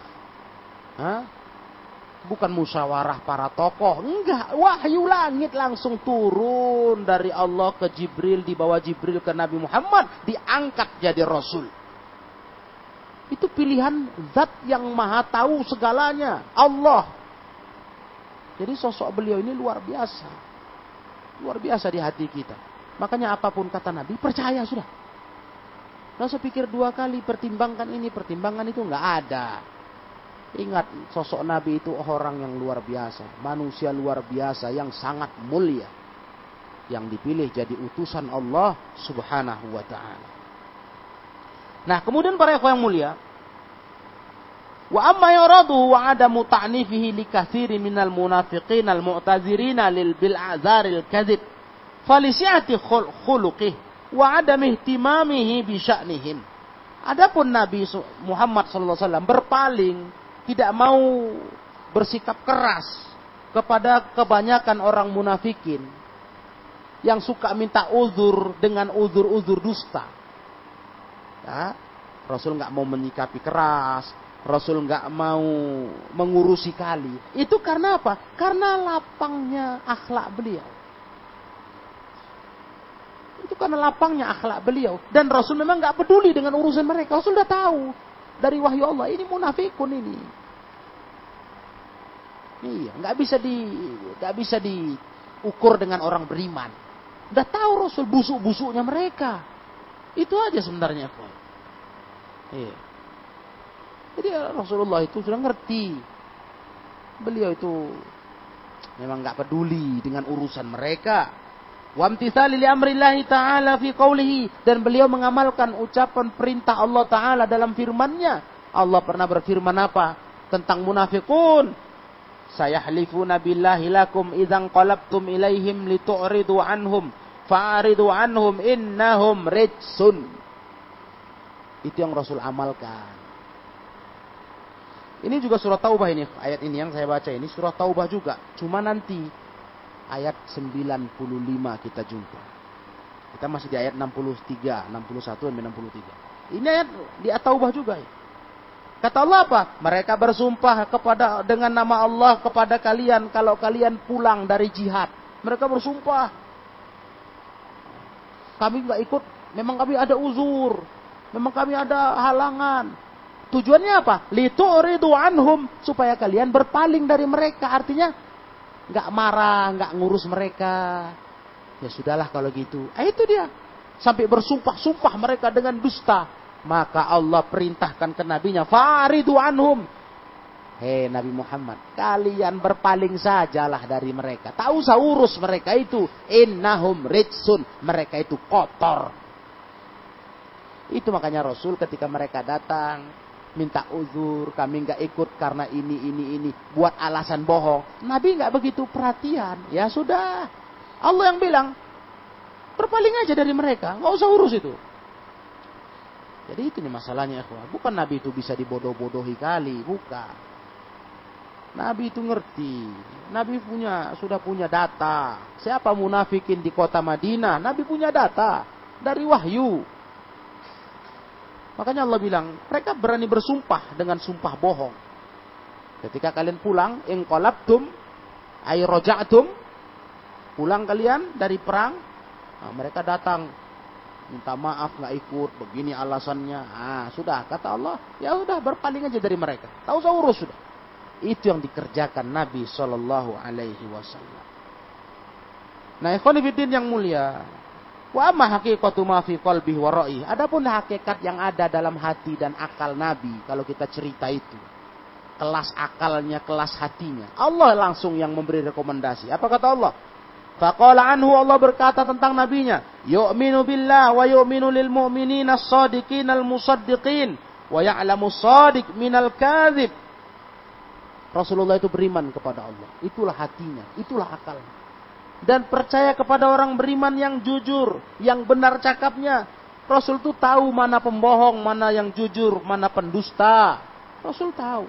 [SPEAKER 1] bukan musyawarah para tokoh. Enggak, wahyu langit langsung turun dari Allah ke Jibril, dibawa Jibril ke Nabi Muhammad, diangkat jadi Rasul. Itu pilihan zat yang maha tahu segalanya, Allah. Jadi sosok beliau ini luar biasa. Luar biasa di hati kita. Makanya apapun kata Nabi, percaya sudah. Nggak usah pikir dua kali, pertimbangkan ini, pertimbangkan itu, nggak ada. Ingat, sosok Nabi itu orang yang luar biasa. Manusia luar biasa yang sangat mulia. Yang dipilih jadi utusan Allah subhanahu wa ta'ala. Nah, kemudian para ikhwan yang mulia. Wa amma yuradu wa adamu ta'nifihi li katsiri minal munafiqin al-mu'tazirina bil a'zaril kadzib. Falisi'ati khuluqih wa adam ihtimamihi bi sya'nihim. Adapun Nabi Muhammad sallallahu alaihi wasallam berpaling, tidak mau bersikap keras kepada kebanyakan orang munafikin yang suka minta uzur dengan uzur-uzur dusta. Ya, Rasul nggak mau menyikapi keras, Rasul nggak mau mengurusi kali. Itu karena apa? Karena lapangnya akhlak beliau. Itu karena lapangnya akhlak beliau. Dan Rasul memang nggak peduli dengan urusan mereka. Rasul sudah tahu dari wahyu Allah, ini munafikun ini. Iya, nggak bisa diukur dengan orang beriman. Udah tahu Rasul busuk-busuknya mereka. Itu aja sebenarnya. Iya. Jadi Rasulullah itu sudah ngerti. Beliau itu memang nggak peduli dengan urusan mereka. Wamtithali li amrillahi ta'ala fi qawlihi. Dan beliau mengamalkan ucapan perintah Allah Ta'ala dalam firman-Nya. Allah pernah berfirman apa? Tentang munafikun. Sayahlifuna billahi lakum idzan qalabtum ilaihim litu'ridu anhum. Fa'aridu anhum innahum rijsun. Itu yang Rasul amalkan. Ini juga surah Taubah ini. Ayat ini yang saya baca ini surah Taubah juga. Cuma nanti ayat 95 kita jumpa. Kita masih di ayat 63, 61 dan 63. Ini ayat di At-Taubah juga ya. Kata Allah apa? Mereka bersumpah dengan nama Allah kepada kalian kalau kalian pulang dari jihad. Mereka bersumpah. Kami nggak ikut, memang kami ada uzur, memang kami ada halangan. Tujuannya apa? Litu'ridu anhum, supaya kalian berpaling dari mereka. Artinya nggak marah, nggak ngurus mereka. Ya sudahlah kalau gitu. Itu dia. Sampai bersumpah-sumpah mereka dengan dusta. Maka Allah perintahkan ke nabinya, fa'ridu anhum. Hei Nabi Muhammad, kalian berpaling sajalah dari mereka. Tak usah urus mereka itu. Innahum rijsun, mereka itu kotor. Itu makanya Rasul ketika mereka datang minta uzur, kami nggak ikut karena ini, buat alasan bohong. Nabi nggak begitu perhatian. Ya sudah, Allah yang bilang, berpaling aja dari mereka, nggak usah urus itu. Jadi itu nih masalahnya, ikhwah. Bukan Nabi itu bisa dibodoh-bodohi kali, bukan. Nabi itu ngerti. Nabi sudah punya data. Siapa munafikin di kota Madinah? Nabi punya data dari wahyu. Makanya Allah bilang, mereka berani bersumpah dengan sumpah bohong. Ketika kalian pulang, inqalabtum ay raja'tum, pulang kalian dari perang, mereka datang minta maaf nggak ikut, begini alasannya. Sudah kata Allah, ya udah berpaling aja dari mereka. Tak usah urus sudah. Itu yang dikerjakan Nabi Shallallahu Alaihi Wasallam. Nah, ikhwan fillah yang mulia, wa amma haqiqatu ma fi qalbihi wa ra'i. Adapun hakikat yang ada dalam hati dan akal Nabi, kalau kita cerita itu, kelas akalnya, kelas hatinya, Allah langsung yang memberi rekomendasi. Apa kata Allah? Faqala anhu, Allah berkata tentang nabinya, yu'minu billah wa yu'minu lil mu'minina as-sadiqin al-musaddiqin wa ya'lamu as-sadiq minal kadhib. Rasulullah itu beriman kepada Allah. Itulah hatinya, itulah akalnya. Dan percaya kepada orang beriman yang jujur, yang benar cakapnya. Rasul itu tahu mana pembohong, mana yang jujur, mana pendusta. Rasul tahu.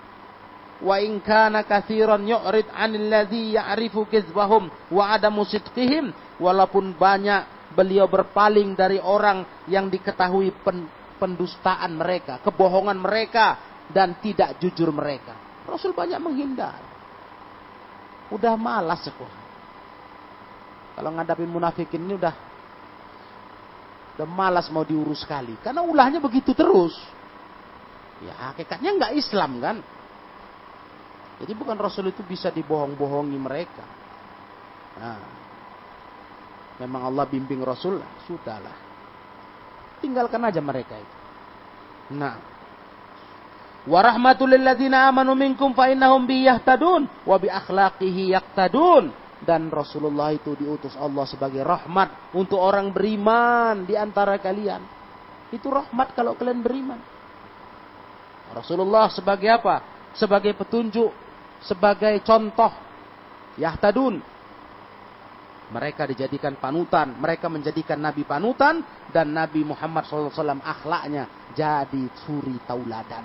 [SPEAKER 1] Wa in kana katsiran yu'rid 'anil ladzi ya'rifu kizbahum wa 'adamu sidqihim. Walaupun banyak beliau berpaling dari orang yang diketahui pendustaan mereka, kebohongan mereka, dan tidak jujur mereka. Rasul banyak menghindar. Udah malas kok. Kalau ngadapin munafikin ini udah malas mau diurus sekali. Karena ulahnya begitu terus. Ya hakikatnya nggak Islam kan. Jadi bukan Rasul itu bisa dibohong-bohongi mereka. Nah, memang Allah bimbing Rasul, sudahlah. Tinggalkan aja mereka itu. Nah, wa rahmatul lil ladzina amanu minkum fa innahum bi yahtadun wa bi akhlaqihi yaqtadun. Dan Rasulullah itu diutus Allah sebagai rahmat untuk orang beriman di antara kalian. Itu rahmat kalau kalian beriman. Rasulullah sebagai apa? Sebagai petunjuk, sebagai contoh. Yahtadun. Mereka dijadikan panutan. Mereka menjadikan Nabi panutan. Dan Nabi Muhammad SAW akhlaknya jadi suri tauladan.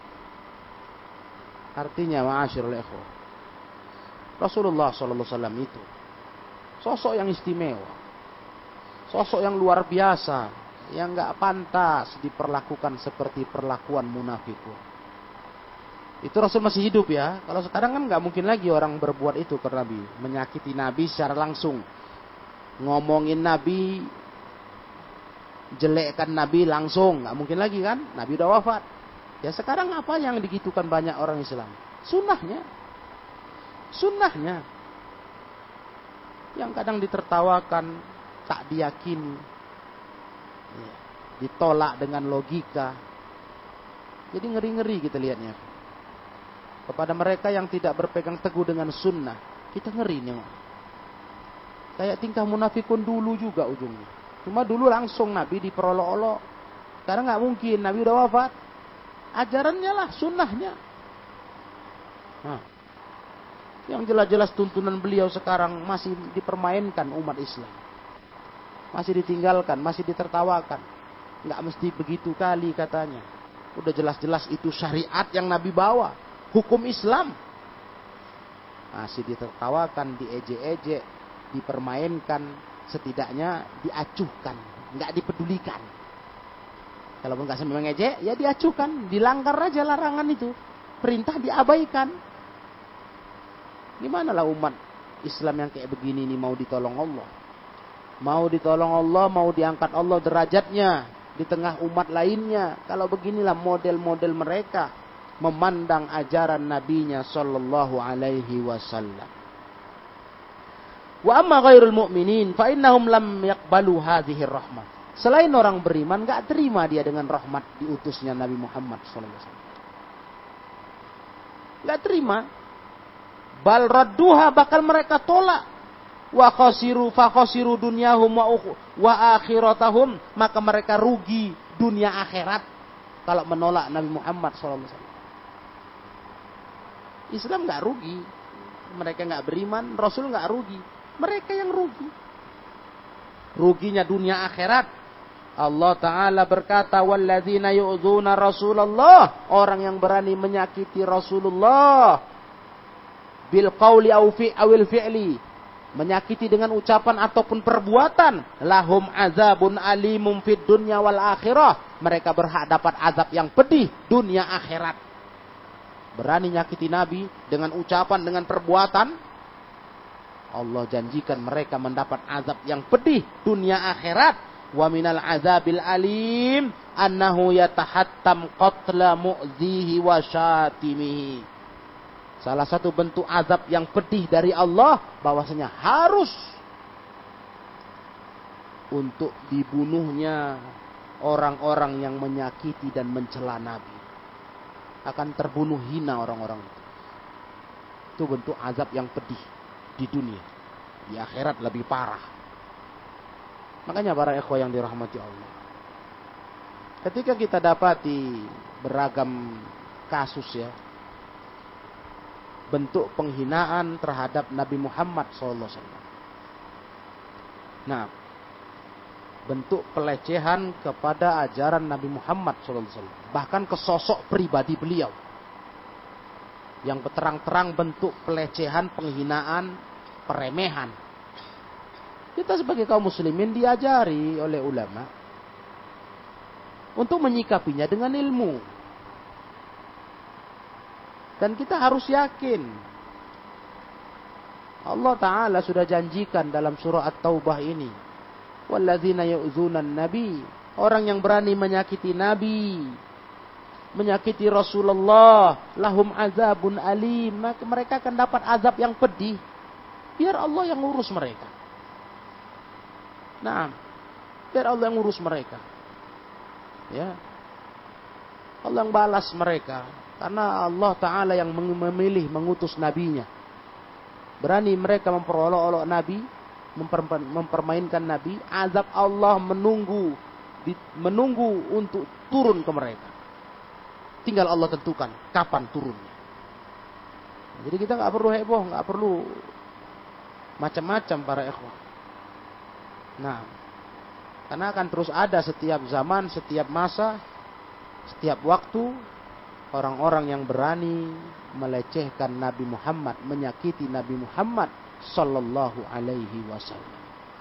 [SPEAKER 1] Artinya, ma'asyirul ikhwah, Rasulullah SAW itu sosok yang istimewa. Sosok yang luar biasa. Yang gak pantas diperlakukan seperti perlakuan munafikun. Itu Rasul masih hidup ya. Kalau sekarang kan gak mungkin lagi orang berbuat itu ke Nabi. Menyakiti Nabi secara langsung. Ngomongin Nabi, jelekkan Nabi langsung. Gak mungkin lagi kan. Nabi udah wafat. Ya sekarang apa yang digitukan banyak orang Islam? Sunnahnya. Yang kadang ditertawakan. tak diyakini, ya, ditolak dengan logika. Jadi ngeri-ngeri kita lihatnya. Kepada mereka yang tidak berpegang teguh dengan sunnah, kita ngeri nih. Kayak tingkah munafikun dulu juga ujungnya. Cuma dulu langsung Nabi diperolok-olok. Sekarang nggak mungkin, Nabi udah wafat. Ajarannya lah, sunnahnya. Nah, yang jelas-jelas tuntunan beliau sekarang masih dipermainkan umat Islam. Masih ditinggalkan, masih ditertawakan. Nggak mesti begitu kali katanya. Udah jelas-jelas itu syariat yang Nabi bawa. Hukum Islam. Masih ditertawakan, diejek-ejek, dipermainkan, setidaknya diacuhkan, nggak dipedulikan. Kalau nggak sampai mengejek, ya diacuhkan, dilanggar aja larangan itu, perintah diabaikan. Gimana lah umat Islam yang kayak begini ini mau ditolong Allah? Mau ditolong Allah, mau diangkat Allah derajatnya di tengah umat lainnya. Kalau beginilah model-model mereka memandang ajaran nabinya sallallahu alaihi wasallam. Wa amma ghairul mu'minin fa innahum lam yaqbalu hadhihi rahmah. Selain orang beriman enggak terima dia dengan rahmat diutusnya Nabi Muhammad sallallahu alaihi wasallam. Enggak terima. Bal radduha, bakal mereka tolak. Wa khasiru dunyahum wa akhiratahum, maka mereka rugi dunia akhirat kalau menolak Nabi Muhammad sallallahu alaihi wasallam. Islam nggak rugi, mereka nggak beriman, Rasul nggak rugi, mereka yang rugi. Ruginya dunia akhirat. Allah Ta'ala berkata, walladzina yu'dzuna Rasulullah, orang yang berani menyakiti Rasulullah bil qawli awil fi'li, menyakiti dengan ucapan ataupun perbuatan, lahum azabun alimum fid dunya wal akhirah, mereka berhak dapat azab yang pedih dunia akhirat. Berani nyakiti Nabi dengan ucapan, dengan perbuatan, Allah janjikan mereka mendapat azab yang pedih dunia akhirat. Wa minal azabil alim annahu yatahattam qatla mu'zihi wa syatimihi. Salah satu bentuk azab yang pedih dari Allah bahwasanya harus untuk dibunuhnya orang-orang yang menyakiti dan mencela Nabi. Akan terbunuh hina orang-orang itu. Itu bentuk azab yang pedih di dunia. Di akhirat lebih parah. Makanya para ikhwah yang dirahmati Allah, ketika kita dapati beragam kasus ya, bentuk penghinaan terhadap Nabi Muhammad SAW. Nah, bentuk pelecehan kepada ajaran Nabi Muhammad SAW. Bahkan ke sosok pribadi beliau. Yang terang-terang bentuk pelecehan, penghinaan, peremehan. Kita sebagai kaum muslimin diajari oleh ulama untuk menyikapinya dengan ilmu. Dan kita harus yakin Allah Ta'ala sudah janjikan dalam surah At-Taubah ini, walladzina yu'zunan nabi, orang yang berani menyakiti Nabi, menyakiti Rasulullah, lahum azabun alim, maka mereka akan dapat azab yang pedih. Biar Allah yang ngurus mereka. Nah, biar Allah yang ngurus mereka. Ya. Allah yang balas mereka. Karena Allah Ta'ala yang memilih mengutus nabinya. Berani mereka memperolok-olok Nabi, mempermainkan Nabi, azab Allah menunggu untuk turun ke mereka. Tinggal Allah tentukan kapan turunnya. Jadi kita nggak perlu heboh, nggak perlu macam-macam para ikhwah. Nah, karena akan terus ada setiap zaman, setiap masa, setiap waktu orang-orang yang berani melecehkan Nabi Muhammad, menyakiti Nabi Muhammad sallallahu alaihi wasallam.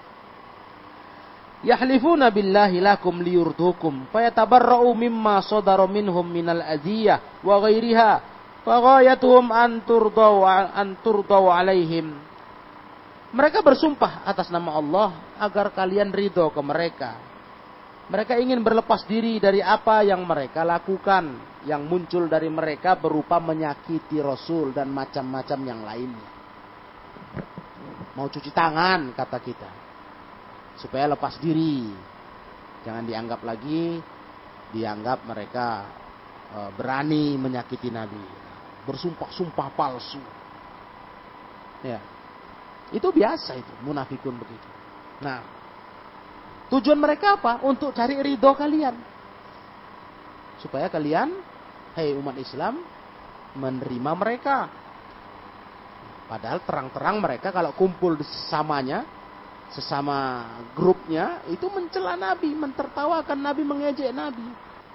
[SPEAKER 1] Yahlifuna billahi lakum liyurdukum fayatabarra'u mimma sadara minhum minal aziyah wa ghairiha fa ghayatuhum an turdaw alaihim. Mereka bersumpah atas nama Allah agar kalian ridho ke mereka. Mereka ingin berlepas diri dari apa yang mereka lakukan, yang muncul dari mereka berupa menyakiti Rasul dan macam-macam yang lainnya. Mau cuci tangan kata kita. supaya lepas diri. Jangan dianggap mereka berani menyakiti Nabi, bersumpah-sumpah palsu. Ya, itu biasa itu, munafikun begitu. Nah, tujuan mereka apa? Untuk cari ridho kalian, supaya kalian, hei umat Islam, menerima mereka. Padahal terang-terang mereka kalau kumpul sesamanya, sesama grupnya, itu mencela Nabi, mentertawakan Nabi, mengejek Nabi.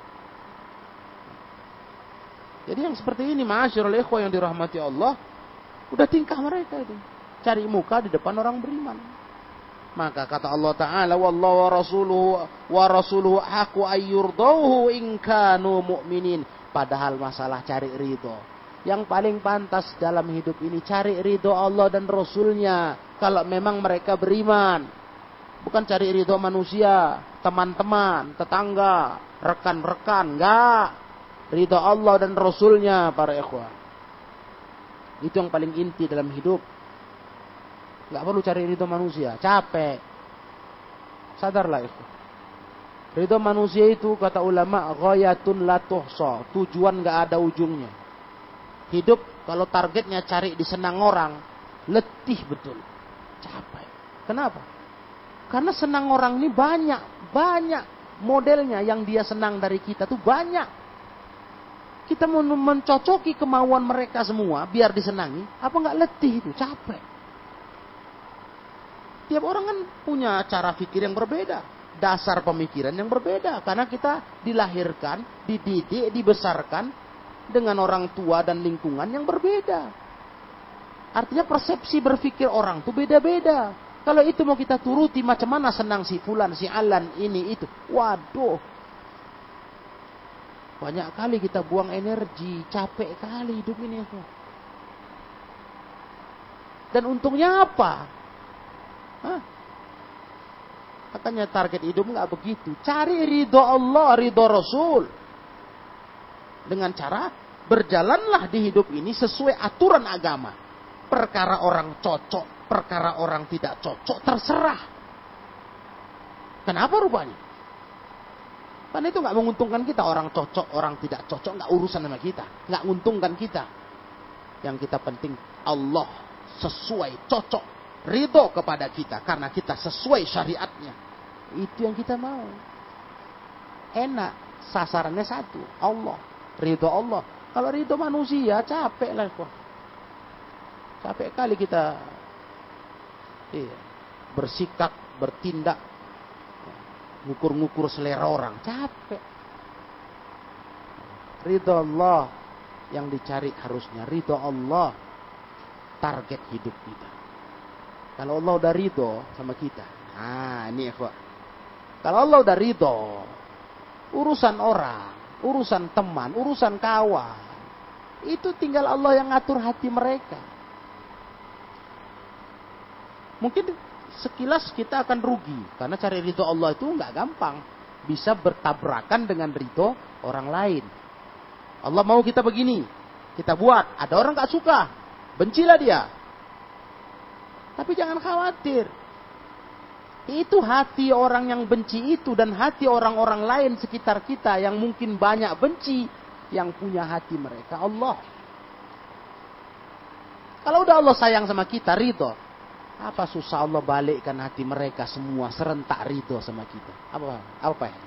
[SPEAKER 1] Jadi yang seperti ini, ma'asyiral ikhwah yang dirahmati Allah, udah tingkah mereka itu. Cari muka di depan orang beriman. Maka kata Allah Ta'ala, wallahu wa rasuluhu haqqu ayyurdauhu in kanu mu'minin. Padahal masalah cari ridho, yang paling pantas dalam hidup ini cari ridho Allah dan Rasulnya. Kalau memang mereka beriman. Bukan cari ridho manusia, teman-teman, tetangga, rekan-rekan. Enggak. Ridho Allah dan Rasulnya, para ikhwah. Itu yang paling inti dalam hidup. Enggak perlu cari ridho manusia. Capek. Sadarlah ikhwah. Ridho manusia itu, kata ulama, ghayatun la tuhsa. Tujuan enggak ada ujungnya. Hidup kalau targetnya cari disenang orang, letih betul. Capek. Kenapa? Karena senang orang ini banyak modelnya. Yang dia senang dari kita tuh banyak. Kita mau mencocoki kemauan mereka semua biar disenangi, apa nggak letih itu, capek. Tiap orang kan punya cara pikir yang berbeda, dasar pemikiran yang berbeda, karena kita dilahirkan, dididik, dibesarkan dengan orang tua dan lingkungan yang berbeda. Artinya persepsi berpikir orang tuh beda-beda. Kalau itu mau kita turuti, macam mana senang si fulan, si alan, ini itu, waduh. Banyak kali kita buang energi, capek kali hidup ini. Dan untungnya apa? Katanya target hidup nggak begitu. Cari ridho Allah, ridho Rasul. Dengan cara berjalanlah di hidup ini sesuai aturan agama. Perkara orang cocok, perkara orang tidak cocok, terserah. Kenapa rupanya? Karena itu nggak menguntungkan kita, orang cocok, orang tidak cocok, nggak urusan sama kita, nggak menguntungkan kita. Yang kita penting Allah sesuai, cocok, ridho kepada kita, karena kita sesuai syariatnya. Itu yang kita mau. Enak, sasarannya satu, Allah, ridho Allah. Kalau ridho manusia capek lah kok. Capek kali kita bersikap, bertindak, ngukur-ngukur selera orang, capek. Ridho Allah yang dicari harusnya, ridho Allah target hidup kita. Kalau Allah udah ridho sama kita, ini ikhwah. Kalau Allah udah ridho, urusan orang, urusan teman, urusan kawan, itu tinggal Allah yang ngatur hati mereka. Mungkin sekilas kita akan rugi, karena cari ridho Allah itu nggak gampang, bisa bertabrakan dengan ridho orang lain. Allah mau kita begini, kita buat, ada orang nggak suka, bencilah dia. Tapi jangan khawatir, itu hati orang yang benci itu dan hati orang-orang lain sekitar kita yang mungkin banyak benci, yang punya hati mereka Allah. Kalau udah Allah sayang sama kita, ridho, apa susah Allah balikkan hati mereka semua serentak ridho sama kita? Apa ya?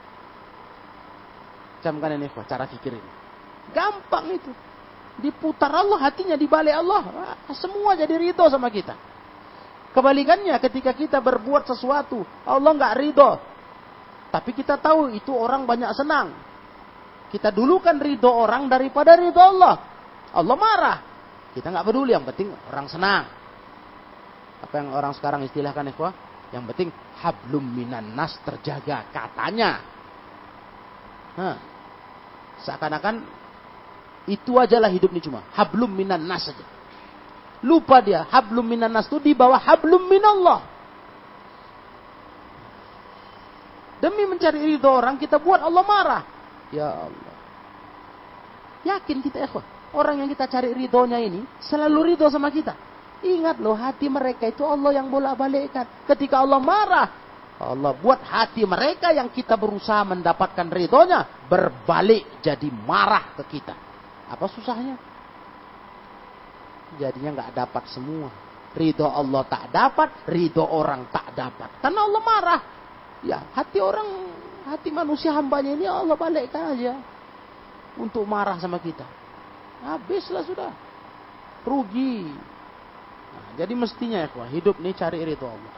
[SPEAKER 1] Camkan ini cara pikir ini. Gampang itu. Diputar Allah hatinya, dibalik Allah. Semua jadi ridho sama kita. Kebalikannya ketika kita berbuat sesuatu, Allah nggak ridho. Tapi kita tahu itu orang banyak senang. Kita dulukan ridho orang daripada ridho Allah. Allah marah. Kita nggak peduli, yang penting orang senang. Apa yang orang sekarang istilahkan ikhwah? Yang penting hablum minan nas terjaga, katanya. Seakan-akan itu ajalah hidup ini, cuma hablum minan nas saja. Lupa dia, hablum minan nas itu di bawah hablum minallah. Demi mencari ridho orang, kita buat Allah marah. Ya Allah. Yakin kita ikhwah, orang yang kita cari ridhonya ini selalu ridho sama kita. Ingat loh, hati mereka itu Allah yang bolak-balikkan. Ketika Allah marah, Allah buat hati mereka yang kita berusaha mendapatkan ridhonya berbalik jadi marah ke kita. Apa susahnya? Jadinya nggak dapat semua. Ridho Allah tak dapat, ridho orang tak dapat. Karena Allah marah. Ya, hati manusia hambanya ini Allah balikkan aja untuk marah sama kita. Habislah sudah. Rugi. Nah, jadi mestinya ya, hidup nih cari ridho Allah.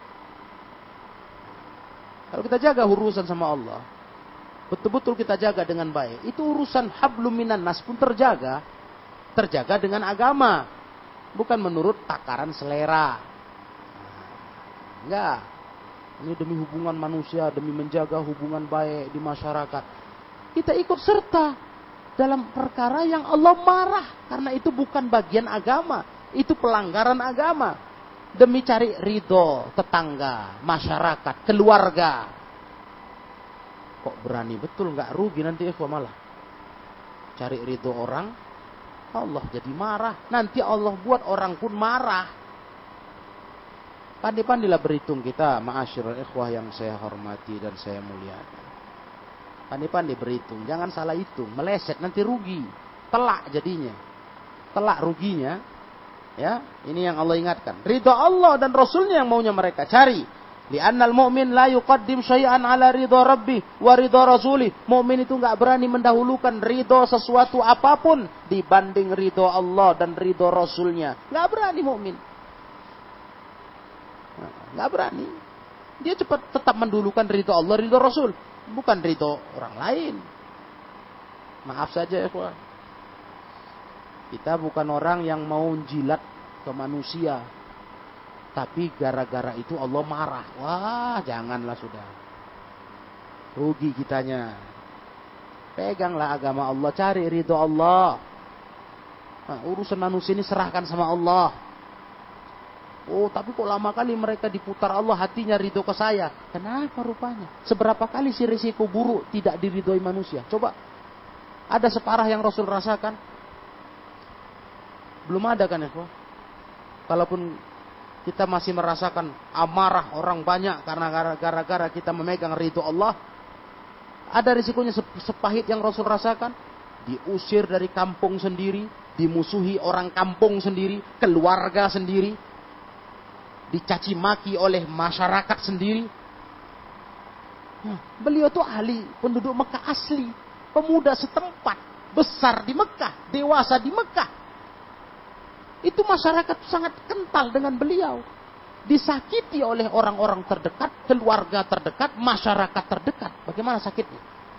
[SPEAKER 1] Kalau kita jaga urusan sama Allah, betul-betul kita jaga dengan baik, itu urusan hablum minan nas pun terjaga dengan agama, bukan menurut takaran selera. Enggak. Ini demi hubungan manusia, demi menjaga hubungan baik di masyarakat. Kita ikut serta dalam perkara yang Allah marah, karena itu bukan bagian agama, itu pelanggaran agama. Demi cari ridho tetangga, masyarakat, keluarga. Kok berani betul, nggak rugi nanti malah. Cari ridho orang, Allah jadi marah. Nanti Allah buat orang pun marah. Pandai-pandailah berhitung kita, ma'asyiral ikhwah yang saya hormati dan saya muliakan. Pandai-pandai berhitung, jangan salah hitung, meleset nanti rugi. Telak jadinya. Telak ruginya. Ya, ini yang Allah ingatkan. Ridha Allah dan Rasulnya yang maunya mereka cari. Li'annal mu'min la yuqaddim syai'an ala ridha rabbih wa ridha rasulih. Mu'min itu enggak berani mendahulukan ridha sesuatu apapun dibanding ridha Allah dan ridha Rasulnya. Enggak berani mu'min. Enggak berani. Dia tetap mendahulukan ridha Allah, ridha Rasul, bukan ridha orang lain. Maaf saja ya, ikhwah. Kita bukan orang yang mau jilat ke manusia. Tapi gara-gara itu Allah marah. Wah, janganlah sudah. Rugi kitanya. Peganglah agama Allah, cari ridho Allah. Nah, urusan manusia ini serahkan sama Allah. Oh, tapi kok lama kali mereka diputar Allah, hatinya ridho ke saya. Kenapa rupanya? Seberapa kali sih risiko buruk tidak diridhoi manusia? Coba. Ada separah yang Rasul rasakan? Belum ada kan ya, kalaupun kita masih merasakan amarah orang banyak karena gara-gara kita memegang ridho Allah, ada risikonya sepahit yang Rasul rasakan? Diusir dari kampung sendiri, dimusuhi orang kampung sendiri, keluarga sendiri, dicaci maki oleh masyarakat sendiri. Beliau tuh ahli, penduduk Mekah asli, pemuda setempat, besar di Mekah, dewasa di Mekah. Itu masyarakat sangat kental dengan beliau. Disakiti oleh orang-orang terdekat, keluarga terdekat, masyarakat terdekat. Bagaimana sakitnya?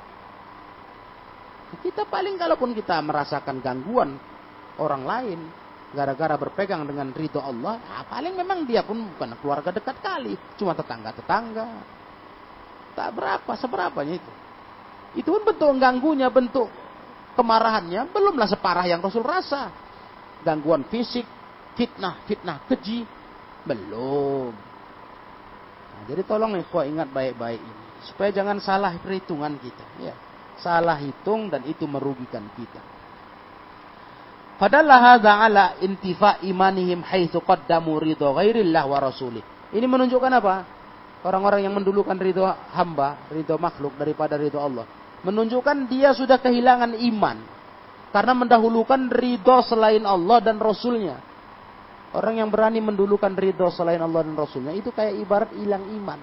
[SPEAKER 1] Kita paling kalaupun kita merasakan gangguan orang lain, gara-gara berpegang dengan ridho Allah, paling memang dia pun bukan keluarga dekat kali. Cuma tetangga-tetangga. Tak seberapanya itu. Itu pun bentuk ganggunya, bentuk kemarahannya, belumlah separah yang Rasul rasa. Gangguan fisik, fitnah keji, belum. Nah, jadi tolong ikhwah ingat baik-baik ini, supaya jangan salah perhitungan kita. Ya, salah hitung dan itu merugikan kita. Padahal hadza ala intifa imanihim haitsu qaddamu ridha ghairillah wa rasulih. Ini menunjukkan apa? Orang-orang yang mendulukan ridha hamba, ridha makhluk daripada ridha Allah, menunjukkan dia sudah kehilangan iman. Karena mendahulukan ridho selain Allah dan Rasulnya. Orang yang berani mendulukan ridho selain Allah dan Rasulnya, itu kayak ibarat hilang iman.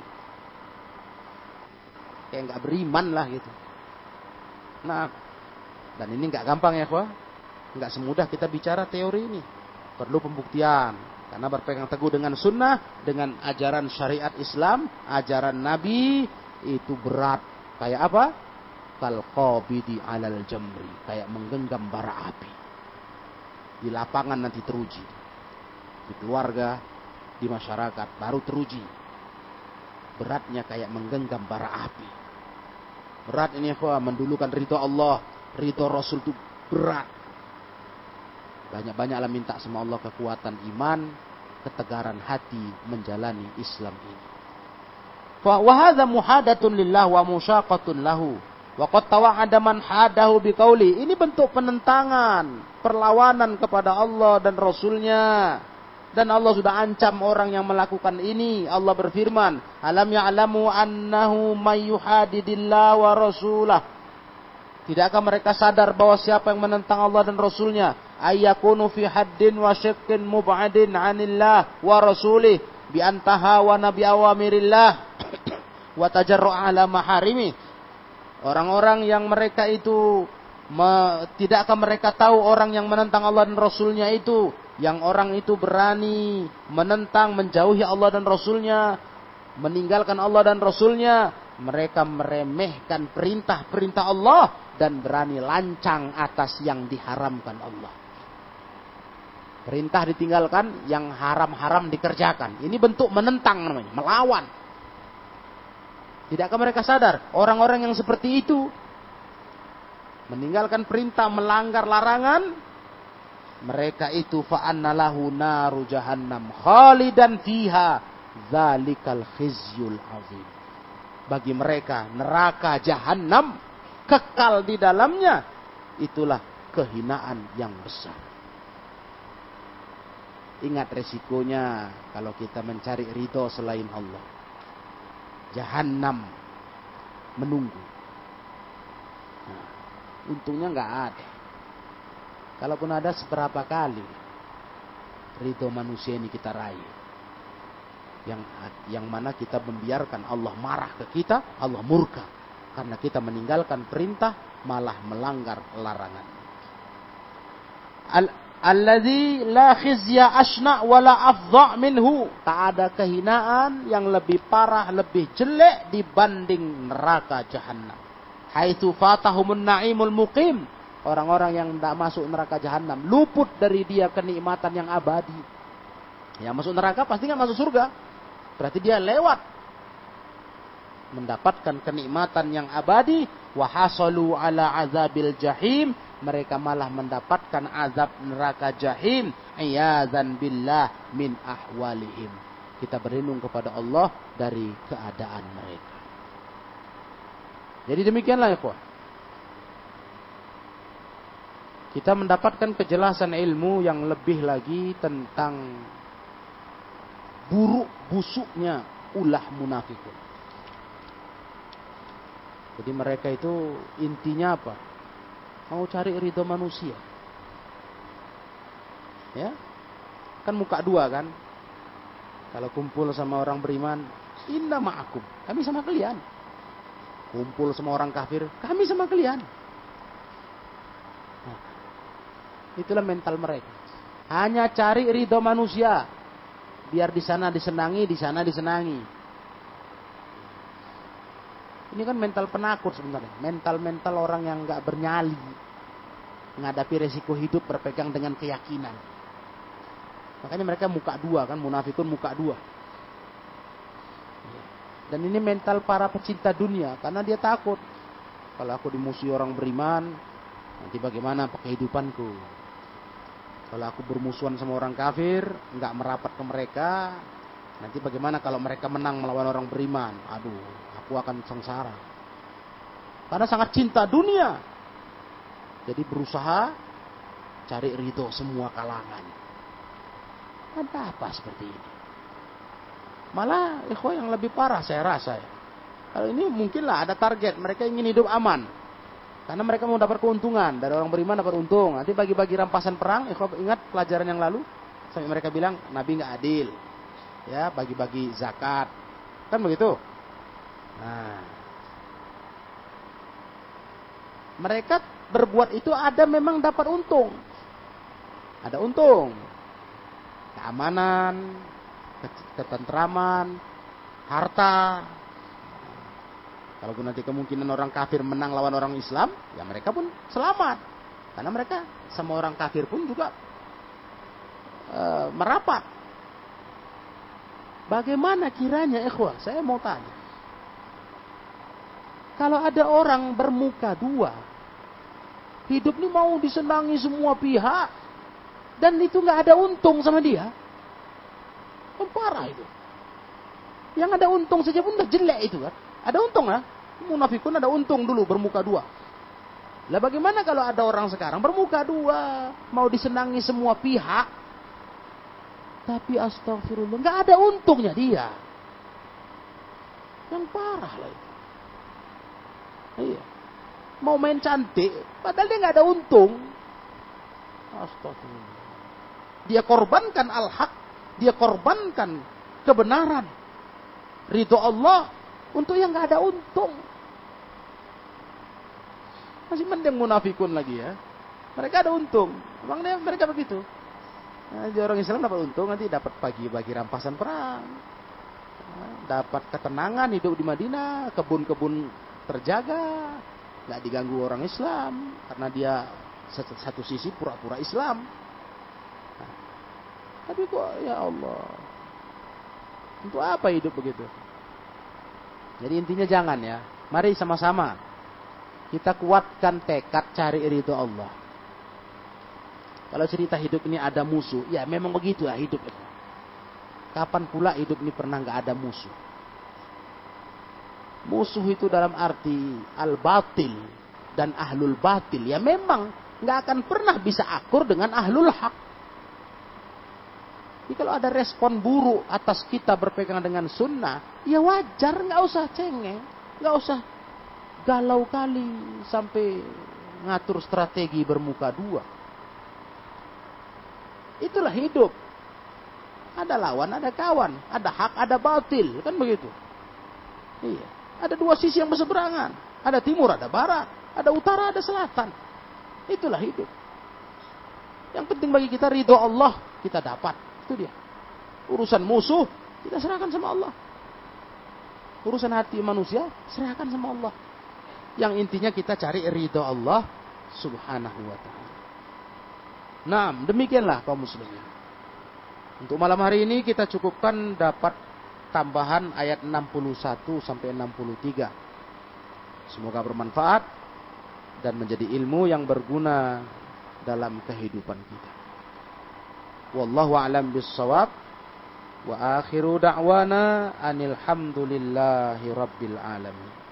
[SPEAKER 1] Kayak nggak beriman lah gitu. Nah, dan ini nggak gampang ya, Pak. Nggak semudah kita bicara teori ini. Perlu pembuktian. Karena berpegang teguh dengan sunnah, dengan ajaran syariat Islam, ajaran Nabi, itu berat. Kayak apa? Kalqabidi alal jamri, kayak menggenggam bara api. Di lapangan nanti teruji, di keluarga, di masyarakat baru teruji. Beratnya kayak menggenggam bara api. Berat ini apa? Mendulukan ridho Allah, ridho Rasul itu berat. Banyak-banyaklah minta sama Allah kekuatan iman, ketegaran hati menjalani Islam ini. Wa hadza muhadatun lillah wa musyaqatun lahu. Wa qad tawa'ada man hadahu biqauli. Ini bentuk penentangan, perlawanan kepada Allah dan Rasulnya. Dan Allah sudah ancam orang yang melakukan ini. Allah berfirman, alam ya'lamu annahu may yuhadidillah wa rasulah. Tidakkah mereka sadar bahwa siapa yang menentang Allah dan Rasulnya, ayyakunu fi haddin wa syakkin mub'adin 'anillah wa rasulih bi antaha wa nabi awamirillah wa tajarru'a ala maharimi. Orang-orang yang mereka itu tidakkah mereka tahu orang yang menentang Allah dan Rasulnya itu, yang orang itu berani menentang, menjauhi Allah dan Rasulnya, meninggalkan Allah dan Rasulnya, mereka meremehkan perintah-perintah Allah dan berani lancang atas yang diharamkan Allah. Perintah ditinggalkan, yang haram-haram dikerjakan. Ini bentuk menentang namanya, melawan. Tidakkah mereka sadar orang-orang yang seperti itu meninggalkan perintah, melanggar larangan, mereka itu fa'anna lahu naru jahannam khalidan fiha dzalikal khizyul azim. Bagi mereka neraka jahanam kekal di dalamnya, itulah kehinaan yang besar. Ingat resikonya kalau kita mencari ridho selain Allah. Jahanam menunggu. Nah, untungnya nggak ada. Kalaupun ada, seberapa kali ridho manusia ini kita raih. Yang mana kita membiarkan Allah marah ke kita, Allah murka. Karena kita meninggalkan perintah, malah melanggar larangan. Alladzi la khizya asna wala afdha minhu. Tak ada kehinaan yang lebih parah, lebih jelek dibanding neraka jahanam. Haitsu fatahumun na'imul muqim. Orang-orang yang tidak masuk neraka jahanam luput dari dia kenikmatan yang abadi. Yang masuk neraka pasti nggak masuk surga. Berarti dia lewat mendapatkan kenikmatan yang abadi. Wahasalu ala azabil jahim. Mereka malah mendapatkan azab neraka jahim. Iyadzan billah min ahwalihim. Kita berlindung kepada Allah dari keadaan mereka. Jadi demikianlah ya ikhwah. Kita mendapatkan kejelasan ilmu yang lebih lagi tentang buruk busuknya ulah munafikun. Jadi mereka itu intinya apa? Mau cari ridho manusia. Ya, kan muka dua kan? Kalau kumpul sama orang beriman, inna ma'akum, kami sama kalian. Kumpul sama orang kafir, kami sama kalian. Nah, itulah mental mereka. Hanya cari ridho manusia, biar di sana disenangi, di sana disenangi. Ini kan mental penakut sebenarnya. Mental orang yang nggak bernyali, menghadapi resiko hidup berpegang dengan keyakinan. Makanya mereka muka dua kan, munafikun muka dua. Dan ini mental para pecinta dunia, karena dia takut. Kalau aku dimusuhi orang beriman, nanti bagaimana kehidupanku? Kalau aku bermusuhan sama orang kafir, nggak merapat ke mereka, nanti bagaimana kalau mereka menang melawan orang beriman? Aduh, aku akan sengsara. Karena sangat cinta dunia. Jadi berusaha cari ridho semua kalangan. Ada apa seperti ini? Malah ikhwah yang lebih parah saya rasa ya. Kalau ini mungkinlah ada target, mereka ingin hidup aman. Karena mereka mau dapat keuntungan, dari orang beriman dapat untung. Nanti bagi-bagi rampasan perang, ikhwah ingat pelajaran yang lalu, sampai mereka bilang Nabi nggak adil. Ya, bagi-bagi zakat. Kan begitu? Nah, mereka berbuat itu ada memang dapat untung. Ada untung. Keamanan, ketentraman, harta. Kalau nanti kemungkinan orang kafir menang lawan orang Islam, ya mereka pun selamat. Karena mereka sama orang kafir pun juga merapat. Bagaimana kiranya ikhwah? Saya mau tanya. Kalau ada orang bermuka dua, hidup ini mau disenangi semua pihak, dan itu nggak ada untung sama dia, kan parah itu. Yang ada untung saja pun udah jelek itu kan. Ada untung lah. Munafikun ada untung dulu bermuka dua. Lah bagaimana kalau ada orang sekarang bermuka dua, mau disenangi semua pihak, Tapi astagfirullah, nggak ada untungnya dia. Yang parah lah itu. Iya. Mau main cantik, padahal dia nggak ada untung. Astagfirullah. Dia korbankan al-haq, dia korbankan kebenaran, ridho Allah untuk yang nggak ada untung. Masih mending munafikun lagi ya. Mereka ada untung. Emang mereka begitu. Nah, orang Islam dapat untung, nanti dapat bagi-bagi rampasan perang. Nah, dapat ketenangan hidup di Madinah, kebun-kebun terjaga, nggak diganggu orang Islam karena dia satu sisi pura-pura Islam. Nah, tapi kok ya Allah, untuk apa hidup begitu? Jadi intinya jangan ya. Mari sama-sama kita kuatkan tekad cari ridho Allah. Kalau cerita hidup ini ada musuh, ya memang begitu ya hidup itu. Kapan pula hidup ini pernah nggak ada musuh? Musuh itu dalam arti al-batil dan ahlul batil. Ya memang nggak akan pernah bisa akur dengan ahlul haq. Jadi kalau ada respon buruk atas kita berpegang dengan sunnah, ya wajar, nggak usah cengeng, nggak usah galau kali sampai ngatur strategi bermuka dua. Itulah hidup. Ada lawan, ada kawan, ada hak, ada batil, kan begitu. Iya. Ada dua sisi yang berseberangan. Ada timur, ada barat, ada utara, ada selatan. Itulah hidup. Yang penting bagi kita ridho Allah kita dapat. Itu dia. Urusan musuh kita serahkan sama Allah. Urusan hati manusia serahkan sama Allah. Yang intinya kita cari ridho Allah Subhanahu wa ta'ala. Nah, demikianlah kaum muslimin. Untuk malam hari ini kita cukupkan dapat tambahan ayat 61 sampai 63. Semoga bermanfaat dan menjadi ilmu yang berguna dalam kehidupan kita. Wallahu a'lam bissawab. Wa akhiru da'wana anil hamdulillahi rabbil alamin.